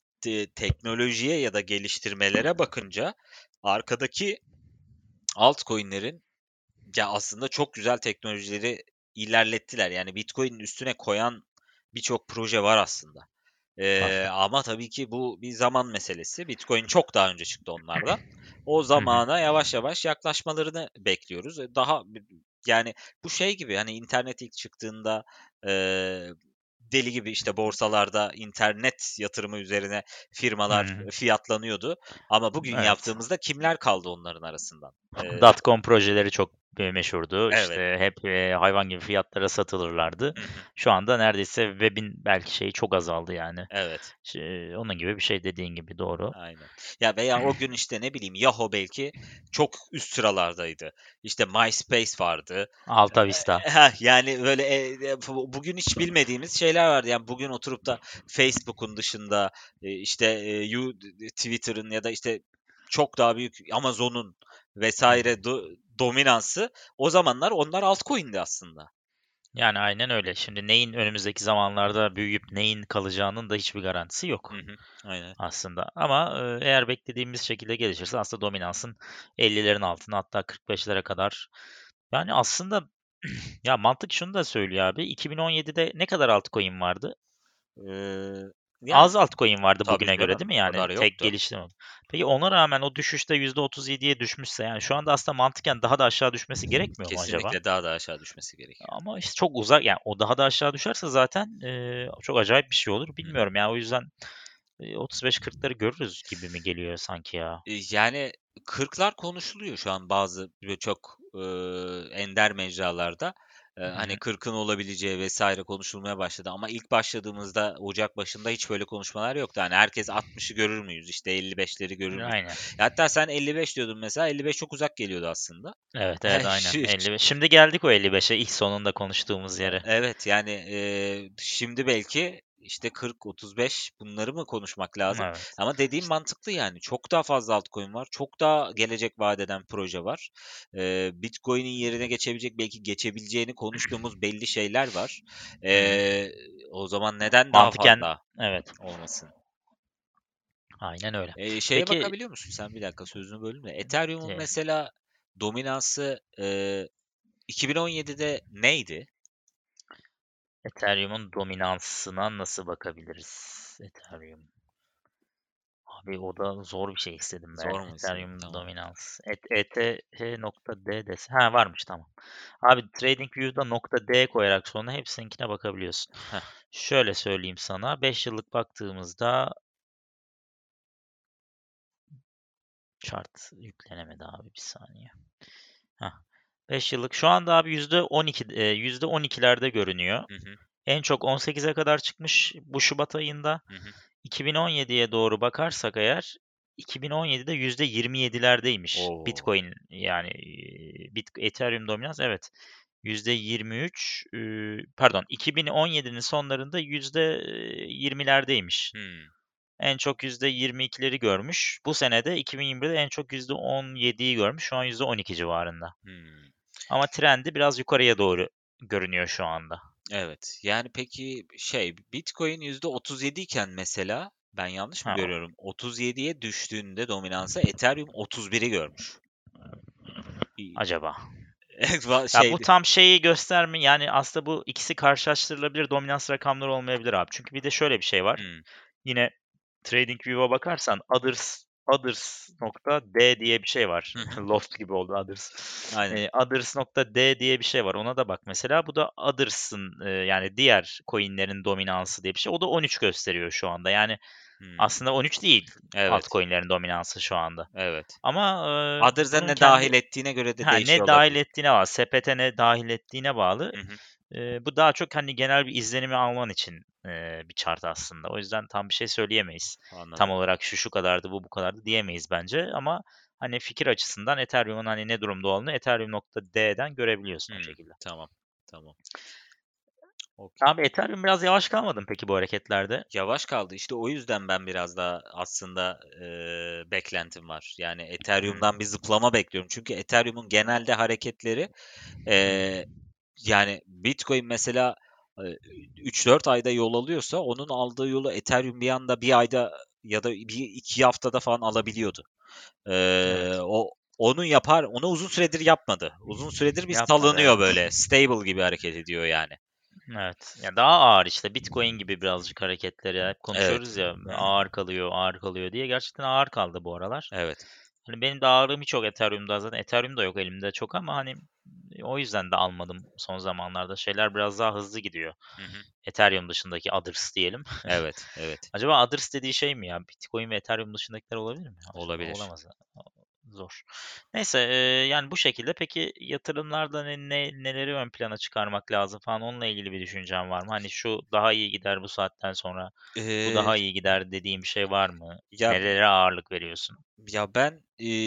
Speaker 2: teknolojiye ya da geliştirmelere bakınca arkadaki altcoin'lerin ya aslında çok güzel teknolojileri ilerlettiler. Yani Bitcoin'in üstüne koyan birçok proje var aslında.
Speaker 1: Var.
Speaker 2: Ama tabii ki bu bir zaman meselesi. Bitcoin çok daha önce çıktı onlardan. O
Speaker 1: Hı hı.
Speaker 2: zamana yavaş yavaş yaklaşmalarını bekliyoruz. Daha yani bu şey gibi hani internet ilk çıktığında eee, deli gibi işte borsalarda internet yatırımı üzerine
Speaker 1: Hı
Speaker 2: firmalar
Speaker 1: hı.
Speaker 2: fiyatlanıyordu. Ama bugün
Speaker 1: Evet.
Speaker 2: yaptığımızda kimler kaldı onların arasından?
Speaker 1: Dotcom projeleri çok meşhurdu.
Speaker 2: Evet.
Speaker 1: İşte hep hayvan gibi fiyatlara satılırlardı.
Speaker 2: Hı hı.
Speaker 1: Şu anda neredeyse web'in belki şeyi çok azaldı yani.
Speaker 2: Evet.
Speaker 1: Onun gibi bir şey dediğin gibi doğru.
Speaker 2: Aynen. Ya veya o gün işte ne bileyim Yahoo belki çok üst sıralardaydı. İşte MySpace vardı.
Speaker 1: Alta Vista.
Speaker 2: Yani böyle bugün hiç bilmediğimiz şeyler vardı. Yani bugün oturup da Facebook'un dışında işte Twitter'ın ya da işte çok daha büyük Amazon'un vesaire dominansı o zamanlar onlar altcoin'di aslında.
Speaker 1: Yani aynen öyle. Şimdi neyin önümüzdeki zamanlarda büyüyüp neyin kalacağının da hiçbir garantisi
Speaker 2: Hı
Speaker 1: yok
Speaker 2: hı. Aynen.
Speaker 1: aslında. Ama eğer beklediğimiz şekilde gelişirse aslında dominansın 50'lerin altına hatta 45'lere kadar. Yani aslında ya mantık şunu da söylüyor abi. 2017'de ne kadar altcoin vardı?
Speaker 2: Ee, yani
Speaker 1: Az altcoin vardı
Speaker 2: tabii
Speaker 1: bugüne göre
Speaker 2: canım
Speaker 1: değil mi?
Speaker 2: o
Speaker 1: Yani
Speaker 2: kadar
Speaker 1: tek
Speaker 2: yoktu.
Speaker 1: geliştirme. Peki ona rağmen o düşüşte %37'ye düşmüşse yani şu anda aslında mantıken daha da aşağı düşmesi gerekmiyor mu acaba?
Speaker 2: Kesinlikle daha da aşağı düşmesi gerekiyor.
Speaker 1: Ama işte çok uzak yani o daha da aşağı düşerse zaten çok acayip bir şey olur.
Speaker 2: Hı hı.
Speaker 1: Bilmiyorum yani o yüzden 35-40'ları görürüz gibi mi geliyor sanki ya?
Speaker 2: Yani 40'lar konuşuluyor şu an bazı böyle çok, ender mecralarda.
Speaker 1: Hı
Speaker 2: Hani
Speaker 1: hı.
Speaker 2: 40'ın olabileceği vesaire konuşulmaya başladı ama ilk başladığımızda ocak başında hiç böyle konuşmalar yoktu. Hani herkes 60'ı görür müyüz, işte 55'leri görür müyüz?
Speaker 1: Aynen.
Speaker 2: Hatta sen 55 diyordun mesela, 55 çok uzak geliyordu aslında.
Speaker 1: Evet evet
Speaker 2: Şu
Speaker 1: aynen. 55. Şimdi geldik o 55'e ilk sonunda konuştuğumuz yere.
Speaker 2: Evet, yani, şimdi belki, işte, 40-35 bunları mı konuşmak lazım?
Speaker 1: Evet.
Speaker 2: Ama dediğim
Speaker 1: İşte
Speaker 2: mantıklı yani. Çok daha fazla altcoin var. Çok daha gelecek vaat eden proje var. Bitcoin'in yerine geçebilecek, belki geçebileceğini konuştuğumuz belli şeyler var.
Speaker 1: hı hı.
Speaker 2: O zaman neden daha
Speaker 1: Mantıken
Speaker 2: fazla
Speaker 1: evet.
Speaker 2: olmasın?
Speaker 1: Aynen öyle.
Speaker 2: Şeye
Speaker 1: Peki
Speaker 2: bakabiliyor musun sen? Bir dakika sözünü böldüm de. Ethereum'un
Speaker 1: e,
Speaker 2: mesela dominansı, 2017'de neydi?
Speaker 1: Ethereum'un dominansına nasıl bakabiliriz? Ethereum. Abi o da zor bir şey istedim be.
Speaker 2: Zor mu istedin?
Speaker 1: Ethereum
Speaker 2: Tamam.
Speaker 1: dominans. ETH.D dese. Ha varmış tamam. Abi TradingView'da nokta D koyarak sonra hepsininkine bakabiliyorsun.
Speaker 2: Heh.
Speaker 1: Şöyle söyleyeyim sana. 5 yıllık baktığımızda chart yüklenemedi abi bir saniye. Heh. 5 yıllık şu anda abi %12'lerde görünüyor.
Speaker 2: Hı hı.
Speaker 1: En çok 18'e kadar çıkmış bu Şubat ayında.
Speaker 2: Hı hı.
Speaker 1: 2017'ye doğru bakarsak eğer 2017'de %27'lerdeymiş.
Speaker 2: O!
Speaker 1: Bitcoin yani Ethereum dominans evet. %23 pardon 2017'nin sonlarında %20'lerdeymiş.
Speaker 2: Hımm.
Speaker 1: En çok %22'leri görmüş. Bu senede 2021'de en çok %17'yi görmüş. Şu an %12 civarında.
Speaker 2: Hımm.
Speaker 1: Ama trendi biraz yukarıya doğru görünüyor şu anda.
Speaker 2: Evet. Yani, peki, Bitcoin %37 iken mesela, ben yanlış mı
Speaker 1: Ha,
Speaker 2: görüyorum? 37'ye düştüğünde dominansı Ethereum 31'i görmüş. İii,
Speaker 1: acaba?
Speaker 2: evet,
Speaker 1: Ya bu tam şeyi gösterme yani aslında bu ikisi karşılaştırılabilir dominans rakamları olmayabilir abi. Çünkü bir de şöyle bir şey var.
Speaker 2: Hımm.
Speaker 1: Yine TradingView'a bakarsan others.d diye bir şey var.
Speaker 2: Hı hı.
Speaker 1: Lost gibi oldu others.
Speaker 2: Aynen.
Speaker 1: Others.d diye bir şey var. Ona da bak mesela. Bu da others'ın yani diğer coinlerin dominansı diye bir şey. O da 13 gösteriyor şu anda. Yani
Speaker 2: Hımm.
Speaker 1: aslında 13 değil
Speaker 2: Evet,
Speaker 1: altcoin'lerin dominansı şu anda.
Speaker 2: evet.
Speaker 1: Ama
Speaker 2: Others'a
Speaker 1: bunun
Speaker 2: ne
Speaker 1: kendi
Speaker 2: dâhil ettiğine göre de
Speaker 1: ne
Speaker 2: değişiyor
Speaker 1: dahil
Speaker 2: olabilir.
Speaker 1: ettiğine bağlı, sepete ne dâhil ettiğine bağlı.
Speaker 2: Hı hı.
Speaker 1: Bu daha çok, hani, genel bir izlenimi alman için, bir chart aslında. O yüzden tam bir şey söyleyemeyiz. Tam
Speaker 2: Anladım.
Speaker 1: olarak şu, şu kadardı, bu kadardı diyemeyiz bence ama, hani, fikir açısından Ethereum'un, hani, ne durumda olduğunu Ethereum.D'den görebiliyorsun o
Speaker 2: Hımm.
Speaker 1: şekilde.
Speaker 2: Tamam, tamam. okey.
Speaker 1: Abi Ethereum biraz yavaş kalmadı mı peki bu hareketlerde?
Speaker 2: Yavaş kaldı. İşte o yüzden ben biraz daha aslında beklentim var. Yani Ethereum'dan bir
Speaker 1: Hmm.
Speaker 2: zıplama bekliyorum. Çünkü Ethereum'un genelde hareketleri
Speaker 1: Hı hı.
Speaker 2: eee, yani Bitcoin mesela eee, 3-4 ayda yol alıyorsa onun aldığı yolu Ethereum bir anda bir ayda ya da bir iki haftada falan alabiliyordu.
Speaker 1: Evet.
Speaker 2: Onu uzun süredir yapmadı. Uzun süredir bir
Speaker 1: Yapmadı,
Speaker 2: salınıyor
Speaker 1: evet.
Speaker 2: böyle. Stable gibi hareket ediyor yani.
Speaker 1: Evet. Ya daha ağır işte Bitcoin gibi birazcık hareketleri hep
Speaker 2: Evet.
Speaker 1: konuşuyoruz ya
Speaker 2: Hı hı.
Speaker 1: ağır kalıyor, ağır kalıyor diye. Gerçekten ağır kaldı bu aralar.
Speaker 2: Evet.
Speaker 1: Hani benim de ağırlığım hiç yok Ethereum'da zaten. Ethereum da yok elimde çok ama hani o yüzden de almadım son zamanlarda. Şeyler biraz daha hızlı gidiyor.
Speaker 2: Hı hı.
Speaker 1: Ethereum dışındaki others diyelim.
Speaker 2: Evet, evet.
Speaker 1: Acaba others dediği şey mi ya? Bitcoin ve Ethereum dışındakiler olabilir mi? Acaba
Speaker 2: Olabilir.
Speaker 1: olamaz. Zor. Neyse, yani bu şekilde. Peki yatırımlarda neleri ön plana çıkarmak lazım falan onunla ilgili bir düşüncen var mı? Hani şu daha iyi gider bu saatten sonra, bu
Speaker 2: Eee,
Speaker 1: daha iyi gider dediğim bir şey var mı?
Speaker 2: ya
Speaker 1: Nelere ağırlık veriyorsun?
Speaker 2: ben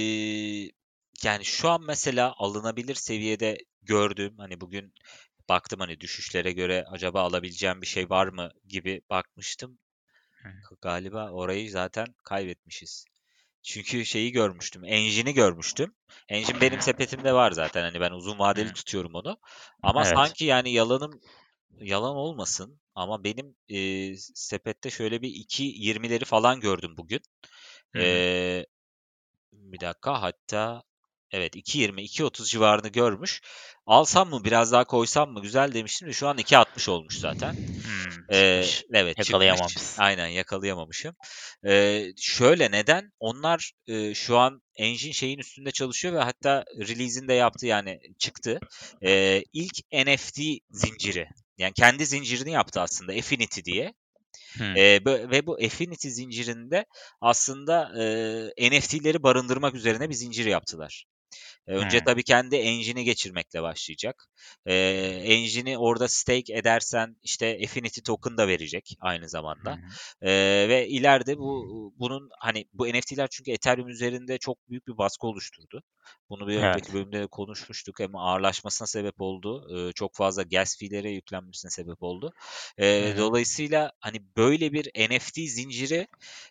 Speaker 2: yani şu an mesela alınabilir seviyede gördüğüm hani bugün baktım hani düşüşlere göre acaba alabileceğim bir şey var mı gibi bakmıştım.
Speaker 1: Hı hı.
Speaker 2: Galiba orayı zaten kaybetmişiz. Çünkü şeyi görmüştüm, Engine'i görmüştüm. Engine benim sepetimde var zaten. Hani ben uzun vadeli
Speaker 1: Hı.
Speaker 2: tutuyorum onu. Ama
Speaker 1: Evet.
Speaker 2: sanki yani yalan olmasın ama benim sepette şöyle bir 2.20'leri falan gördüm bugün.
Speaker 1: Hı hı.
Speaker 2: Eee, bir dakika hatta evet 2.20 2.30 civarını görmüş. Alsam mı biraz daha koysam mı güzel demiştim de şu an 2.60 olmuş zaten.
Speaker 1: Çıkmış.
Speaker 2: Evet çıkmış.
Speaker 1: Yakalayamamışsın.
Speaker 2: Aynen yakalayamamışım. Şöyle neden? Onlar şu an Engine şeyin üstünde çalışıyor ve hatta release'ini de yaptı yani çıktı. İlk NFT zinciri. Yani kendi zincirini yaptı aslında Affinity diye.
Speaker 1: Hı.
Speaker 2: Ve bu Affinity zincirinde aslında NFT'leri barındırmak üzerine bir zincir yaptılar. Önce
Speaker 1: Hı.
Speaker 2: tabii kendi engine'i geçirmekle başlayacak. Engine'i orada stake edersen işte Affinity token da verecek aynı
Speaker 1: Hı
Speaker 2: zamanda.
Speaker 1: hı.
Speaker 2: Ve ileride bunun hani bu NFT'ler çünkü Ethereum üzerinde çok büyük bir baskı oluşturdu. Bunu bir önceki
Speaker 1: Evet.
Speaker 2: bölümde de konuşmuştuk. Hem ağırlaşmasına sebep oldu. Çok fazla gas fee'lere yüklenmesine sebep oldu.
Speaker 1: Hı hı.
Speaker 2: Dolayısıyla hani böyle bir NFT zinciri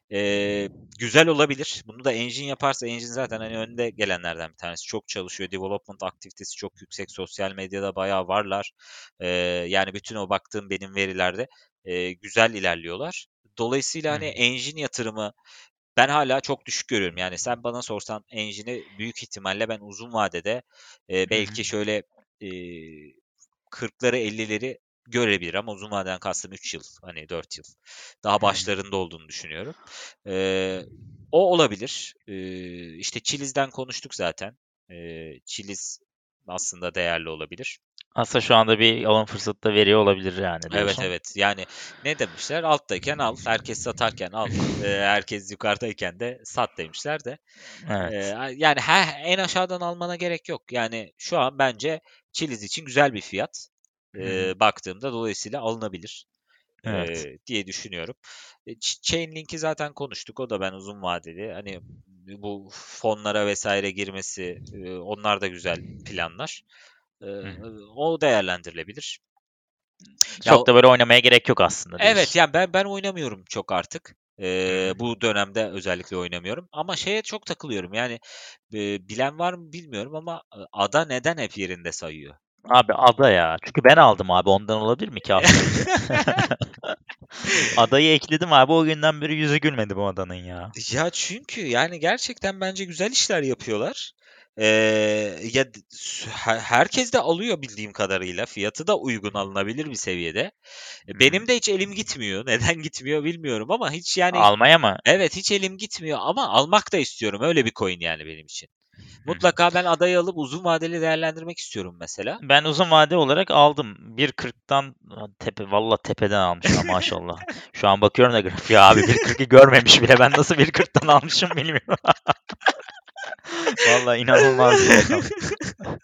Speaker 2: güzel olabilir. Bunu da Engine yaparsa Engine zaten hani önde gelenlerden bir tanesi. Çok çalışıyor. Development aktivitesi çok yüksek. Sosyal medyada bayağı varlar. Eee, yani bütün o baktığım benim verilerde güzel ilerliyorlar. Dolayısıyla
Speaker 1: Hı
Speaker 2: hani
Speaker 1: hı.
Speaker 2: Engine yatırımı ben hala çok düşük görüyorum. Yani sen bana sorsan Engine'i büyük ihtimalle ben uzun vadede
Speaker 1: Hı hı.
Speaker 2: belki şöyle eee 40'ları 50'leri görebilir ama uzun vadeden kastım 3 yıl, hani 4 yıl. Daha
Speaker 1: Hı hı.
Speaker 2: başlarında olduğunu düşünüyorum. Eee, o olabilir. İşte Chiliz'den konuştuk zaten. Chiliz aslında değerli olabilir.
Speaker 1: Aslında şu anda bir alım fırsatı da veriyor olabilir yani
Speaker 2: Evet
Speaker 1: diyorsun.
Speaker 2: evet. Yani ne demişler? Alttayken al, herkes satarken al, herkes yukarıdayken de sat demişler de.
Speaker 1: Evet.
Speaker 2: Yani en aşağıdan almana gerek yok. Yani şu an bence Chiliz için güzel bir fiyat.
Speaker 1: Hı hı.
Speaker 2: Baktığımda dolayısıyla alınabilir
Speaker 1: Evet.
Speaker 2: diye düşünüyorum. Chainlink'i zaten konuştuk. O da ben uzun vadeli. Hani bu fonlara vesaire girmesi onlar da güzel planlar. Eee,
Speaker 1: Hı hı.
Speaker 2: o değerlendirilebilir. Ya
Speaker 1: Çok da böyle oynamaya gerek yok aslında
Speaker 2: evet,
Speaker 1: diyorsun.
Speaker 2: yani ben oynamıyorum çok artık.
Speaker 1: Hı hı.
Speaker 2: Bu dönemde özellikle oynamıyorum ama şeye çok takılıyorum, yani, bilen var mı bilmiyorum ama, ADA neden hep yerinde sayıyor?
Speaker 1: Abi ada ya. Çünkü ben aldım abi. Ondan olabilir mi 2 hafta önce? Adayı ekledim abi. O günden beri yüzü gülmedi bu adanın ya.
Speaker 2: Ya, çünkü, yani, gerçekten bence güzel işler yapıyorlar. Ya, herkes de alıyor bildiğim kadarıyla. Fiyatı da uygun, alınabilir bir seviyede.
Speaker 1: Hı hı.
Speaker 2: Benim de hiç elim gitmiyor. Neden gitmiyor bilmiyorum ama hiç, yani,
Speaker 1: Almaya mı?
Speaker 2: evet, hiç elim gitmiyor ama almak da istiyorum. Öyle bir coin yani benim için.
Speaker 1: Hı hı.
Speaker 2: Mutlaka ben adayı alıp uzun vadeli değerlendirmek istiyorum mesela.
Speaker 1: Ben uzun vade olarak aldım. 1.40'tan valla tepeden almışım ha, maşallah. Şu an bakıyorum da grafiğe abi 1.40'ı görmemiş bile. Ben nasıl 1.40'tan almışım bilmiyorum. Valla inanılmaz bir rakam.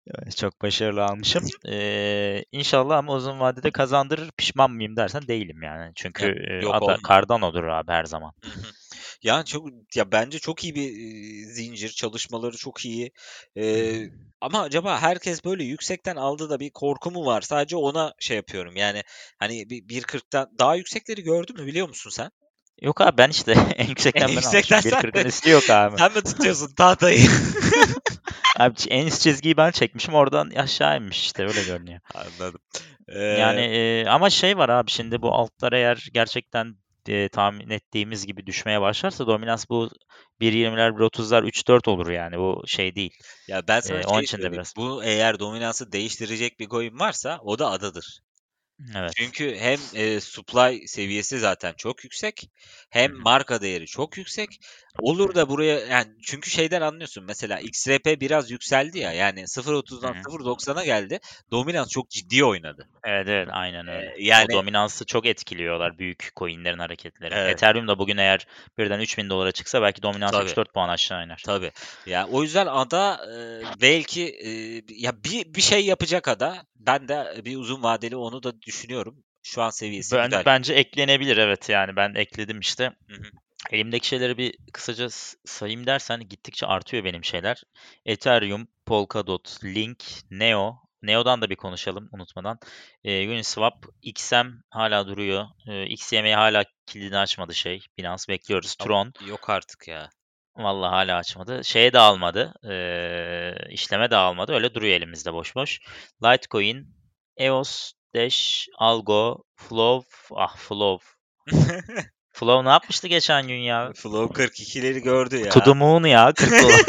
Speaker 1: Çok başarılı almışım. İnşallah ama uzun vadede kazandırır. Pişman mıyım dersen değilim yani. Çünkü
Speaker 2: Ya, yok olma.
Speaker 1: Cardano'dur abi her zaman.
Speaker 2: Hı hı. Yani çok ya bence çok iyi bir zincir çalışmaları çok iyi.
Speaker 1: Hı
Speaker 2: Eee,
Speaker 1: hı.
Speaker 2: ama acaba herkes böyle yüksekten aldı da bir korku mu var? Sadece ona şey yapıyorum. Yani hani bir 1.40'tan daha yüksekleri gördün mü biliyor musun sen?
Speaker 1: Yok abi ben işte en
Speaker 2: En
Speaker 1: yüksekten ben
Speaker 2: yüksekten
Speaker 1: almışım.
Speaker 2: sen
Speaker 1: 1.40'ın
Speaker 2: mi?
Speaker 1: üstü yok abi.
Speaker 2: Sen mi tutuyorsun tahtayı?
Speaker 1: Abi en üst çizgiyi ben çekmişim oradan aşağı inmiş işte öyle görünüyor.
Speaker 2: Anladım.
Speaker 1: Yani
Speaker 2: Eee,
Speaker 1: ama şey var abi şimdi bu altlar eğer gerçekten tahmin ettiğimiz gibi düşmeye başlarsa dominans bu 1.20'ler 1.30'lar 3-4 olur yani bu şey değil.
Speaker 2: ya ben sana
Speaker 1: Onun
Speaker 2: şey
Speaker 1: için de
Speaker 2: söyleyeyim.
Speaker 1: biraz.
Speaker 2: Bu eğer dominansı değiştirecek bir coin varsa o da adadır.
Speaker 1: Evet.
Speaker 2: Çünkü hem supply seviyesi zaten çok yüksek,
Speaker 1: Hı
Speaker 2: hem
Speaker 1: hı.
Speaker 2: marka değeri çok yüksek. Olur da buraya yani çünkü şeyden anlıyorsun mesela XRP biraz yükseldi ya yani
Speaker 1: Hı
Speaker 2: 0.30'dan
Speaker 1: hı.
Speaker 2: 0.90'a geldi. Dominans çok ciddi oynadı.
Speaker 1: Evet evet aynen öyle. O
Speaker 2: Yani
Speaker 1: dominansı çok etkiliyorlar büyük coinlerin hareketleri.
Speaker 2: evet,
Speaker 1: Ethereum da bugün eğer birden 3.000 dolara çıksa belki dominans
Speaker 2: tabii.
Speaker 1: 3-4 puan aşağı iner.
Speaker 2: Tabii. Ya o yüzden ada belki ya bir şey yapacak ada. Ben de bir uzun vadeli onu da düşünüyorum. Şu an seviyesi güzel.
Speaker 1: Bence eklenebilir evet yani ben ekledim işte.
Speaker 2: Hı hı.
Speaker 1: Elimdeki şeyleri bir kısaca sayayım dersen gittikçe artıyor benim şeyler. Ethereum, Polkadot, Link, Neo. Neo'dan da bir konuşalım unutmadan. Uniswap, XM hala duruyor. XM'ye hala kilidini açmadı şey. Binance bekliyoruz. Tron,
Speaker 2: Yok artık ya.
Speaker 1: vallahi hala açmadı. Şeye de almadı. İşleme de almadı. Öyle duruyor elimizde boş boş. Litecoin, EOS, Dash, Algo, Flow. Ah Flow. Flow ne yapmıştı geçen gün ya?
Speaker 2: Flow 42'leri gördü
Speaker 1: To the
Speaker 2: ya.
Speaker 1: moon ya 40 dolar.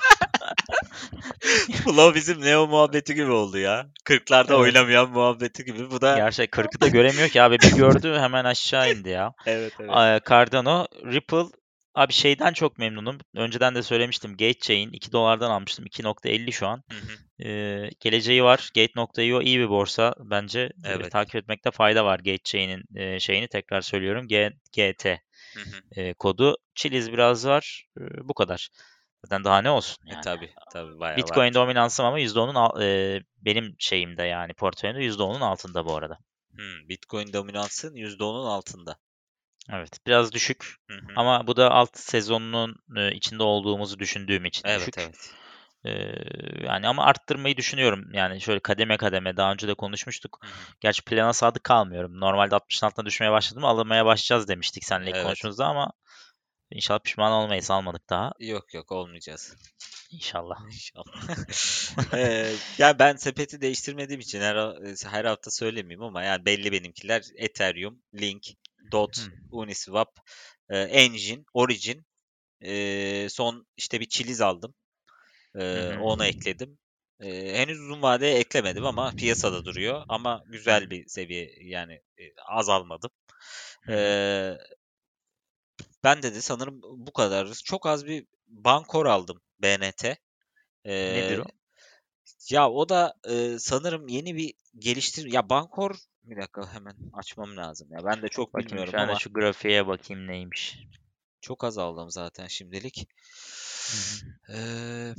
Speaker 2: Flow bizim Neo muhabbeti gibi oldu ya. 40'larda
Speaker 1: Evet.
Speaker 2: oynamayan muhabbeti gibi. Bu da
Speaker 1: Gerçek 40'ı da göremiyor ki abi. Bir gördü hemen aşağı indi ya.
Speaker 2: evet, evet.
Speaker 1: Cardano, Ripple. Abi şeyden çok memnunum. Önceden de söylemiştim. Gatechain 2 dolardan almıştım. 2.50 şu an.
Speaker 2: Hı hı.
Speaker 1: Geleceği var. Gate.io iyi bir borsa. Bence
Speaker 2: Evet.
Speaker 1: takip etmekte fayda var. Gatechain'in şeyini tekrar söylüyorum. GT
Speaker 2: Hı hı.
Speaker 1: kodu. Chiliz biraz var. Bu kadar. Zaten daha ne olsun yani.
Speaker 2: Tabii, tabii bayağı
Speaker 1: Bitcoin
Speaker 2: varmış.
Speaker 1: dominansım ama benim şeyimde yani portföyümde %10'un altında bu arada.
Speaker 2: Bitcoin dominansın %10'un altında.
Speaker 1: Evet, biraz düşük
Speaker 2: Hı hı.
Speaker 1: ama bu da alt sezonunun içinde olduğumuzu düşündüğüm için
Speaker 2: Evet,
Speaker 1: düşük.
Speaker 2: evet.
Speaker 1: Eee, Yani ama arttırmayı düşünüyorum. Yani şöyle kademe kademe daha önce de konuşmuştuk.
Speaker 2: Hı hı.
Speaker 1: Gerçi plana sadık kalmıyorum. Normalde 60'ın altına düşmeye başladım. Almaya başlayacağız demiştik seninle ilk
Speaker 2: Evet.
Speaker 1: konuştuğumuzda ama inşallah pişman olmayız. Almadık daha.
Speaker 2: Yok yok olmayacağız.
Speaker 1: İnşallah.
Speaker 2: İnşallah. Ya ben sepeti değiştirmediğim için her hafta söylemeyeyim ama yani belli benimkiler Ethereum, Link, DOT,
Speaker 1: Hı
Speaker 2: Uniswap, Engine, Origin. Son işte bir Chiliz aldım.
Speaker 1: hı. Hı.
Speaker 2: Onu ekledim. Henüz uzun vadeye eklemedim ama piyasada duruyor. Ama
Speaker 1: Hı
Speaker 2: güzel bir seviye yani az almadım.
Speaker 1: hı. Hı.
Speaker 2: Ee, ben de sanırım bu kadar. Çok az bir Bankor aldım BNT.
Speaker 1: Nedir
Speaker 2: Ee,
Speaker 1: o?
Speaker 2: ya o da sanırım yeni bir ya Bankor bir dakika hemen açmam lazım ya. Ben de çok
Speaker 1: Bakayım
Speaker 2: bilmiyorum
Speaker 1: ben de
Speaker 2: ama
Speaker 1: şu grafiğe bakayım neymiş.
Speaker 2: çok az aldım zaten şimdilik.
Speaker 1: Hı hı.
Speaker 2: Ee,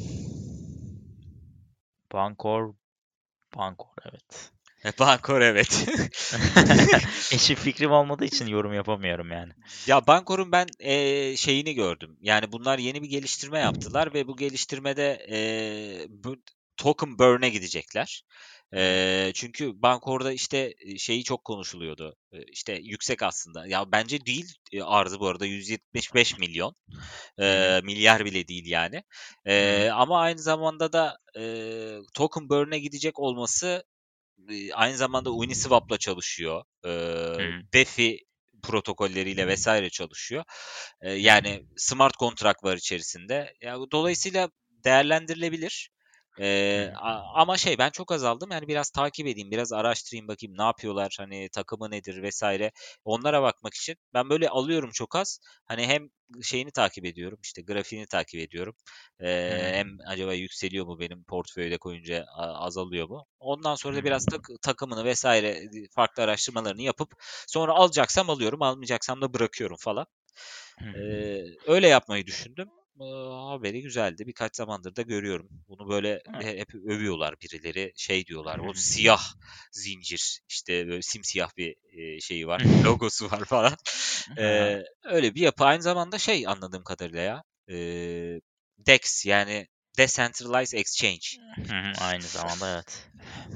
Speaker 1: Bankor, Bankor evet.
Speaker 2: Bankor evet.
Speaker 1: Eşi fikrim olmadığı için yorum yapamıyorum yani.
Speaker 2: Ya Bankor'un ben şeyini gördüm. Yani bunlar yeni bir geliştirme yaptılar ve bu geliştirmede bu token burn'e gidecekler.
Speaker 1: Hı hı.
Speaker 2: Çünkü Bankor'da işte şeyi çok konuşuluyordu. İşte yüksek aslında. Ya bence değil arzı bu arada 175 milyon.
Speaker 1: Hı hı.
Speaker 2: Milyar bile değil yani.
Speaker 1: Hı hı.
Speaker 2: Ama aynı zamanda da token burn'e gidecek olması aynı zamanda Uniswap'la çalışıyor.
Speaker 1: Hı hı.
Speaker 2: DeFi protokolleriyle vesaire çalışıyor.
Speaker 1: Hı hı.
Speaker 2: Yani smart kontrat var içerisinde. Ya, dolayısıyla değerlendirilebilir.
Speaker 1: Hı hı.
Speaker 2: Ama ben çok azaldım. Yani biraz takip edeyim, biraz araştırayım bakayım ne yapıyorlar, hani takımı nedir vesaire. Onlara bakmak için ben böyle alıyorum çok az. Hani hem şeyini takip ediyorum, işte grafiğini takip ediyorum.
Speaker 1: Hı hı.
Speaker 2: Hem acaba yükseliyor mu benim portföyde koyunca azalıyor mu? Ondan sonra
Speaker 1: Hı
Speaker 2: da
Speaker 1: hı.
Speaker 2: biraz takımını vesaire farklı araştırmalarını yapıp sonra alacaksam alıyorum, almayacaksam da bırakıyorum falan.
Speaker 1: Hı hı.
Speaker 2: Öyle yapmayı düşündüm. haberi güzeldi. Birkaç zamandır da görüyorum. Bunu böyle
Speaker 1: Hı
Speaker 2: hep övüyorlar birileri. Şey diyorlar. O
Speaker 1: hı.
Speaker 2: siyah zincir işte böyle simsiyah bir şeyi var.
Speaker 1: Hı hı.
Speaker 2: Logosu var falan.
Speaker 1: Hı hı.
Speaker 2: Öyle bir yapı. Aynı zamanda şey anladığım kadarıyla ya. DEX yani Decentralized Exchange.
Speaker 1: Hı hı. Aynı zamanda evet.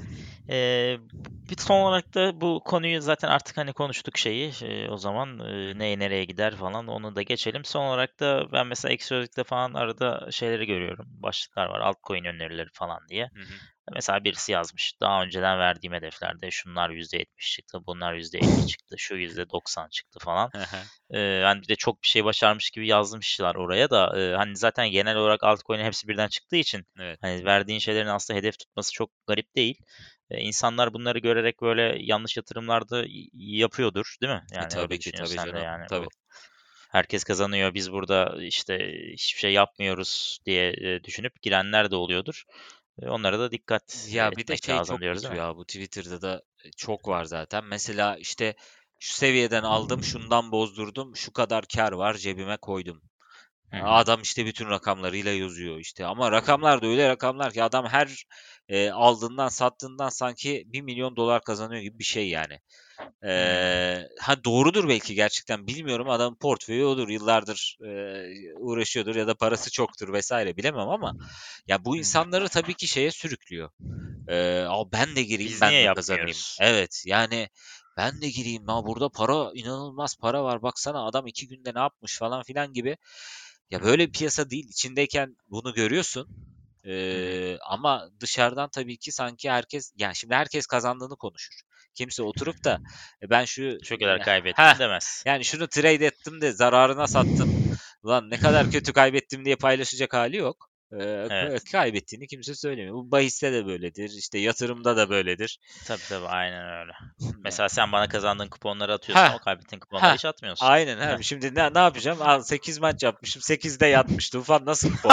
Speaker 1: Bir son olarak da bu konuyu zaten artık hani konuştuk şeyi. O zaman
Speaker 2: Hı hı.
Speaker 1: nereye gider falan onu da geçelim. Son olarak da ben mesela Exodus'ta falan arada şeyleri görüyorum. Başlıklar var. Altcoin önerileri falan diye.
Speaker 2: Hı hı.
Speaker 1: Mesela birisi yazmış. Daha önceden verdiğim hedeflerde şunlar %70 çıktı, bunlar %50 çıktı, şu %90 çıktı falan. Hani bir de çok bir şey başarmış gibi yazmışlar oraya da. Hani zaten genel olarak altcoin'in hepsi birden çıktığı için
Speaker 2: Evet.
Speaker 1: hani verdiğin şeylerin aslında hedef tutması çok garip değil. İnsanlar bunları görerek böyle yanlış yatırımlar da yapıyordur, değil mi? Yani
Speaker 2: Tabii
Speaker 1: öyle
Speaker 2: ki tabii
Speaker 1: düşünüyorsan da
Speaker 2: canım.
Speaker 1: yani
Speaker 2: Tabii.
Speaker 1: bu herkes kazanıyor, biz burada işte hiçbir şey yapmıyoruz diye düşünüp girenler de oluyordur. Onlara da dikkat
Speaker 2: Ya bir de
Speaker 1: etmek
Speaker 2: şey
Speaker 1: lazım
Speaker 2: çok
Speaker 1: diyoruz, değil mi?
Speaker 2: bitiyor ya bu Twitter'da da çok var zaten. Mesela işte şu seviyeden aldım, şundan bozdurdum, şu kadar kar var cebime koydum.
Speaker 1: Hı hı.
Speaker 2: Adam işte bütün rakamlarıyla yazıyor işte ama rakamlar da öyle rakamlar ki adam her aldığından sattığından sanki 1 milyon dolar kazanıyor gibi bir şey yani.
Speaker 1: Hımm.
Speaker 2: Ha doğrudur belki gerçekten bilmiyorum adamın portföyü odur yıllardır uğraşıyordur ya da parası çoktur vesaire bilemem ama ya bu
Speaker 1: Hı hı.
Speaker 2: insanları tabii ki şeye sürüklüyor. Ben de gireyim,
Speaker 1: Biz niye
Speaker 2: ben de kazanayım.
Speaker 1: yapmıyoruz?
Speaker 2: Evet, yani ben de gireyim. Ya burada para, inanılmaz para var. Baksana adam 2 günde ne yapmış falan filan gibi. Ya böyle bir piyasa değil. İçindeyken bunu görüyorsun.
Speaker 1: Hı hı.
Speaker 2: Ama dışarıdan tabii ki sanki herkes, yani şimdi herkes kazandığını konuşur. Kimse oturup da ben şu
Speaker 1: Şu kadar
Speaker 2: heh,
Speaker 1: kaybettim demez.
Speaker 2: yani şunu trade ettim de zararına sattım. Ulan ne kadar kötü kaybettim diye paylaşacak hali yok.
Speaker 1: Evet.
Speaker 2: Kaybettiğini kimse söylemiyor. Bu bahiste de böyledir. İşte yatırımda da böyledir.
Speaker 1: Tabii, tabii, aynen öyle.
Speaker 2: Ya.
Speaker 1: Mesela sen bana kazandığın kuponları atıyorsun
Speaker 2: Ha,
Speaker 1: ama kaybettiğin kuponları
Speaker 2: ha.
Speaker 1: hiç atmıyorsun.
Speaker 2: Aynen ha. Şimdi ne yapacağım? Al 8 maç yapmışım. 8'de yatmıştı falan. Nasıl kupon?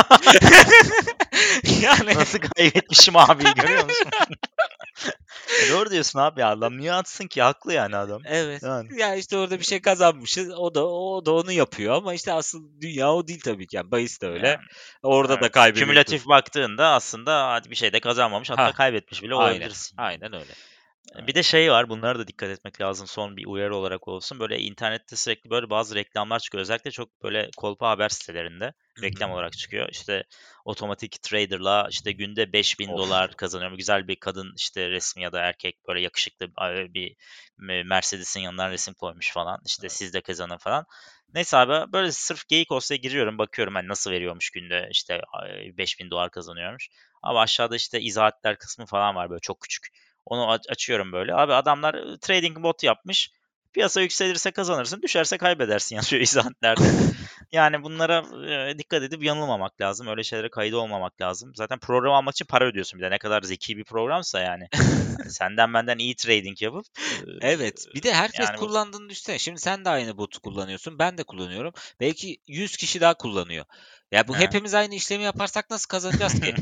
Speaker 2: Yani
Speaker 1: Nasıl kaybetmişim abi, görüyor musun? Doğru diyorsun abi ya. Adam niye atsın ki? Haklı yani adam.
Speaker 2: evet.
Speaker 1: Yani.
Speaker 2: Ya işte orada bir şey kazanmışız. O da onu yapıyor ama işte asıl dünya o değil tabii ki. Yani bahis de öyle.
Speaker 1: Yani,
Speaker 2: Orada da
Speaker 1: evet.
Speaker 2: kaybediyorsun.
Speaker 1: Kümülatif baktığında aslında hadi bir şey de kazanmamış, hatta
Speaker 2: Ha,
Speaker 1: kaybetmiş bile
Speaker 2: aynen.
Speaker 1: olabilirsin yani.
Speaker 2: Aynen öyle.
Speaker 1: Bir
Speaker 2: Aynen.
Speaker 1: de şey var, bunlara da dikkat etmek lazım, son bir uyarı olarak olsun. Böyle internette sürekli böyle bazı reklamlar çıkıyor. Özellikle çok böyle kolpa haber sitelerinde
Speaker 2: Hı hı.
Speaker 1: reklam olarak çıkıyor. İşte otomatik trader'la işte günde 5.000
Speaker 2: Of.
Speaker 1: dolar kazanıyorum. Güzel bir kadın işte resmi ya da erkek böyle yakışıklı bir Mercedes'in yanından resim koymuş falan. İşte
Speaker 2: Evet.
Speaker 1: siz de kazanın falan. Neyse abi, böyle sırf geyik olsa giriyorum, bakıyorum hani nasıl veriyormuş, günde işte 5.000 dolar kazanıyormuş. Ama aşağıda işte izahatler kısmı falan var, böyle çok küçük. Onu açıyorum böyle. Abi adamlar trading bot yapmış. Piyasa yükselirse kazanırsın, düşerse kaybedersin yazıyor izahatlerde. Yani bunlara dikkat edip yanılmamak lazım. Öyle şeylere kaydı olmamak lazım. Zaten program almak için para ödüyorsun bir de. Ne kadar zeki bir programsa yani. Hani senden benden iyi trading yapıp
Speaker 2: Evet. Bir de herkes
Speaker 1: yani bu
Speaker 2: kullandığını düşünsene. Şimdi sen de aynı botu kullanıyorsun. Ben de kullanıyorum. Belki 100 kişi daha kullanıyor. Ya bu
Speaker 1: Hı.
Speaker 2: hepimiz aynı işlemi yaparsak nasıl kazanacağız ki?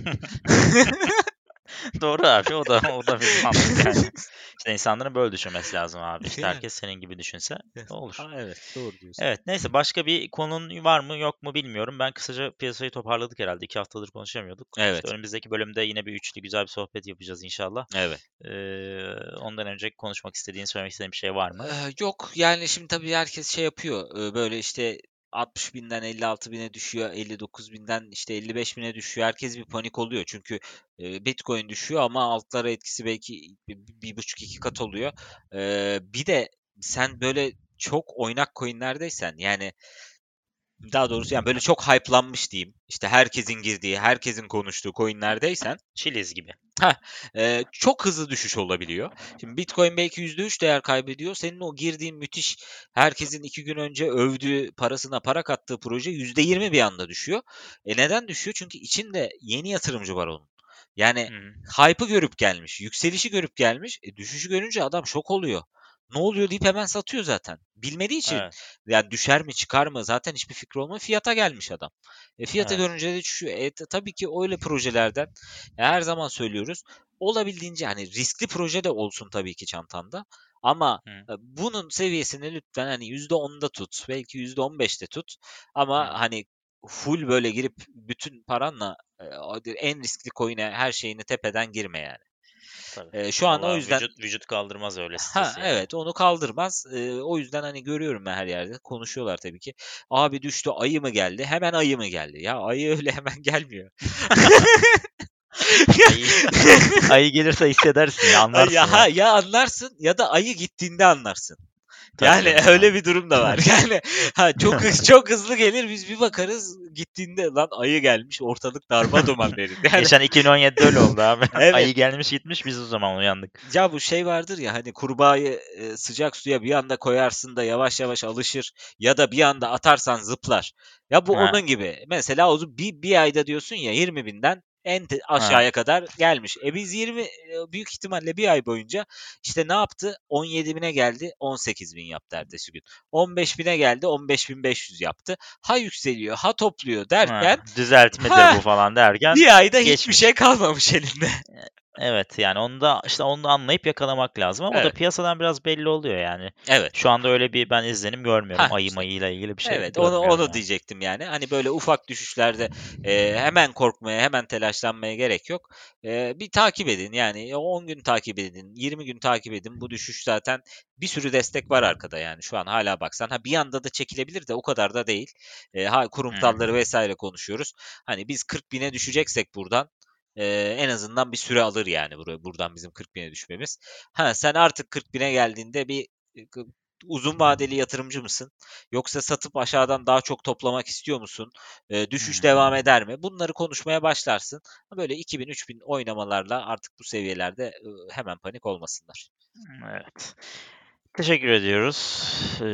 Speaker 1: Doğru abi, o da bir mantık yani. İşte insanların böyle düşünmesi lazım abi. İşte
Speaker 2: Yani.
Speaker 1: herkes senin gibi düşünse olur.
Speaker 2: Evet, doğru diyorsun.
Speaker 1: Evet, neyse, başka bir konun var mı yok mu bilmiyorum. Ben kısaca piyasayı toparladık herhalde. 2 haftadır konuşamıyorduk. İşte
Speaker 2: Evet,
Speaker 1: önümüzdeki bölümde yine bir üçlü güzel bir sohbet yapacağız inşallah.
Speaker 2: evet.
Speaker 1: Ondan önce konuşmak istediğin, söylemek istediğin bir şey var mı?
Speaker 2: Yok, yani, şimdi tabii herkes şey yapıyor, böyle, işte, 60.000'den 56.000'e düşüyor, 59.000'den, işte, 55.000'e düşüyor. Herkes bir panik oluyor. Çünkü, Bitcoin düşüyor ama altlara etkisi belki 1,5-2 kat oluyor. Bir de sen, böyle, çok oynak coin'lerdeysen, yani, daha doğrusu, yani, böyle, çok hype'lanmış diyeyim, işte, herkesin girdiği, herkesin konuştuğu coin'lerdeysen
Speaker 1: Chiliz gibi.
Speaker 2: Heh, çok hızlı düşüş olabiliyor. Şimdi Bitcoin belki %3 değer kaybediyor. Senin o girdiğin müthiş, herkesin 2 gün önce övdüğü, parasına para kattığı proje %20 bir anda düşüyor. Neden düşüyor? Çünkü içinde yeni yatırımcı var onun. Yani
Speaker 1: Hı hı.
Speaker 2: hype'ı görüp gelmiş, yükselişi görüp gelmiş. Düşüşü görünce adam şok oluyor. Ne oluyor deyip hemen satıyor zaten. Bilmediği için,
Speaker 1: Evet,
Speaker 2: yani düşer mi çıkar mı zaten hiçbir fikri olmuyor. Fiyata gelmiş adam. Fiyatı
Speaker 1: evet.
Speaker 2: görünce de düşüyor. Tabii ki öyle projelerden her zaman söylüyoruz. Olabildiğince hani riskli proje de olsun tabii ki çantanda. Ama
Speaker 1: Hı
Speaker 2: bunun seviyesini lütfen hani %10'da tut. Belki %15'te tut.
Speaker 1: hı.
Speaker 2: Ama
Speaker 1: Hı.
Speaker 2: hani full böyle girip bütün paranla en riskli coin'e her şeyini tepeden girme yani.
Speaker 1: Tabii.
Speaker 2: Şu an o
Speaker 1: Valla
Speaker 2: yüzden
Speaker 1: vücut kaldırmaz öyle
Speaker 2: ha
Speaker 1: stresi yani.
Speaker 2: evet onu kaldırmaz. O yüzden hani görüyorum ben her yerde konuşuyorlar tabii ki. Abi düştü ayı mı geldi? Hemen ayı mı geldi? Ya ayı öyle hemen gelmiyor.
Speaker 1: Ayı, ayı gelirse hissedersin ya, anlarsın
Speaker 2: Ya,
Speaker 1: ya.
Speaker 2: ya anlarsın ya da ayı gittiğinde anlarsın.
Speaker 1: Tabii
Speaker 2: Yani
Speaker 1: canım.
Speaker 2: öyle bir durum da var. Yani çok hızlı gelir biz bir bakarız gittiğinde lan ayı gelmiş ortalık darma duman deriz. Yani
Speaker 1: Geçen 2017'de öyle oldu abi.
Speaker 2: evet.
Speaker 1: Ayı gelmiş gitmiş, biz o zaman uyandık.
Speaker 2: Ya bu şey vardır ya hani kurbağayı sıcak suya bir anda koyarsın da yavaş yavaş alışır ya da bir anda atarsan zıplar. Ya bu
Speaker 1: Ha,
Speaker 2: onun gibi. Mesela o bir ayda diyorsun ya 20.000'den
Speaker 1: ha.
Speaker 2: aşağıya kadar gelmiş. Biz 20 büyük ihtimalle bir ay boyunca işte ne yaptı? 17.000'e geldi 18.000 yaptı ertesi gün. 15.000'e geldi 15.500 yaptı. Ha yükseliyor ha topluyor derken
Speaker 1: Düzeltmedir
Speaker 2: ha
Speaker 1: bu falan derken
Speaker 2: bir ayda hiçbir şey
Speaker 1: geçmiş.
Speaker 2: kalmamış elinde.
Speaker 1: Evet, yani onu da işte onu da anlayıp yakalamak lazım ama o da
Speaker 2: Evet.
Speaker 1: piyasadan biraz belli oluyor yani.
Speaker 2: Evet.
Speaker 1: Şu anda öyle bir ben izlenim görmüyorum.
Speaker 2: Ha
Speaker 1: Ayı
Speaker 2: işte.
Speaker 1: mayıyla ilgili bir şey
Speaker 2: Evet,
Speaker 1: görmüyorum
Speaker 2: onu
Speaker 1: yani.
Speaker 2: diyecektim yani. Hani böyle ufak düşüşlerde hemen korkmaya, hemen telaşlanmaya gerek yok. Bir takip edin yani 10 gün takip edin, 20 gün takip edin. Bu düşüş zaten bir sürü destek var arkada yani. Şu an hala baksan ha bir anda da çekilebilir de o kadar da değil.
Speaker 1: Hı.
Speaker 2: Kurumsalları vesaire konuşuyoruz. Hani biz 40.000'e düşeceksek buradan en azından bir süre alır yani buradan bizim 40.000'e düşmemiz. Ha sen artık 40.000'e geldiğinde bir e, uzun vadeli yatırımcı mısın? Yoksa satıp aşağıdan daha çok toplamak istiyor musun? Düşüş
Speaker 1: Hı.
Speaker 2: devam eder mi? Bunları konuşmaya başlarsın. Böyle 2000-3000 oynamalarla artık bu seviyelerde hemen panik olmasınlar.
Speaker 1: Evet. Teşekkür ediyoruz.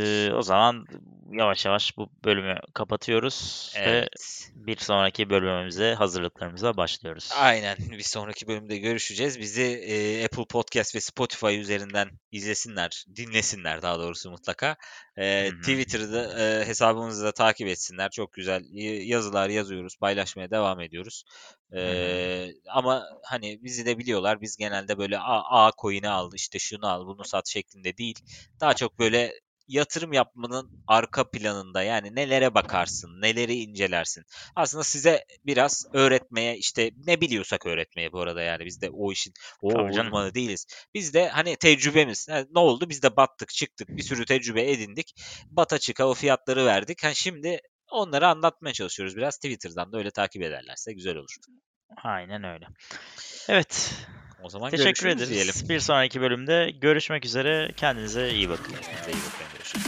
Speaker 1: O zaman yavaş yavaş bu bölümü kapatıyoruz ve
Speaker 2: Evet.
Speaker 1: bir sonraki bölümümüze hazırlıklarımıza başlıyoruz.
Speaker 2: Aynen. Bir sonraki bölümde görüşeceğiz. Bizi Apple Podcast ve Spotify üzerinden izlesinler, dinlesinler daha doğrusu mutlaka.
Speaker 1: Hı hı.
Speaker 2: Twitter'da hesabımızı da takip etsinler. Çok güzel yazılar yazıyoruz, paylaşmaya devam ediyoruz.
Speaker 1: Hı hı.
Speaker 2: Ama hani bizi de biliyorlar. Biz genelde böyle A coin'i al, işte şunu al, bunu sat şeklinde değil. Daha çok böyle yatırım yapmanın arka planında yani nelere bakarsın, neleri incelersin. Aslında size biraz öğretmeye işte ne biliyorsak öğretmeye bu arada yani biz de o işin
Speaker 1: Tabii canım.
Speaker 2: uzmanı değiliz. Biz de hani tecrübemiz. Ne oldu? Biz de battık, çıktık, bir sürü tecrübe edindik. Bata çıka o fiyatları verdik. Ha şimdi onları anlatmaya çalışıyoruz biraz. Twitter'dan da öyle takip ederlerse güzel olur.
Speaker 1: Aynen öyle. Evet.
Speaker 2: O zaman
Speaker 1: Teşekkür
Speaker 2: görüşürüz diyelim.
Speaker 1: ederiz. Bir sonraki bölümde görüşmek üzere. Kendinize iyi bakın.
Speaker 2: Kendinize iyi bakın. Görüşürüz.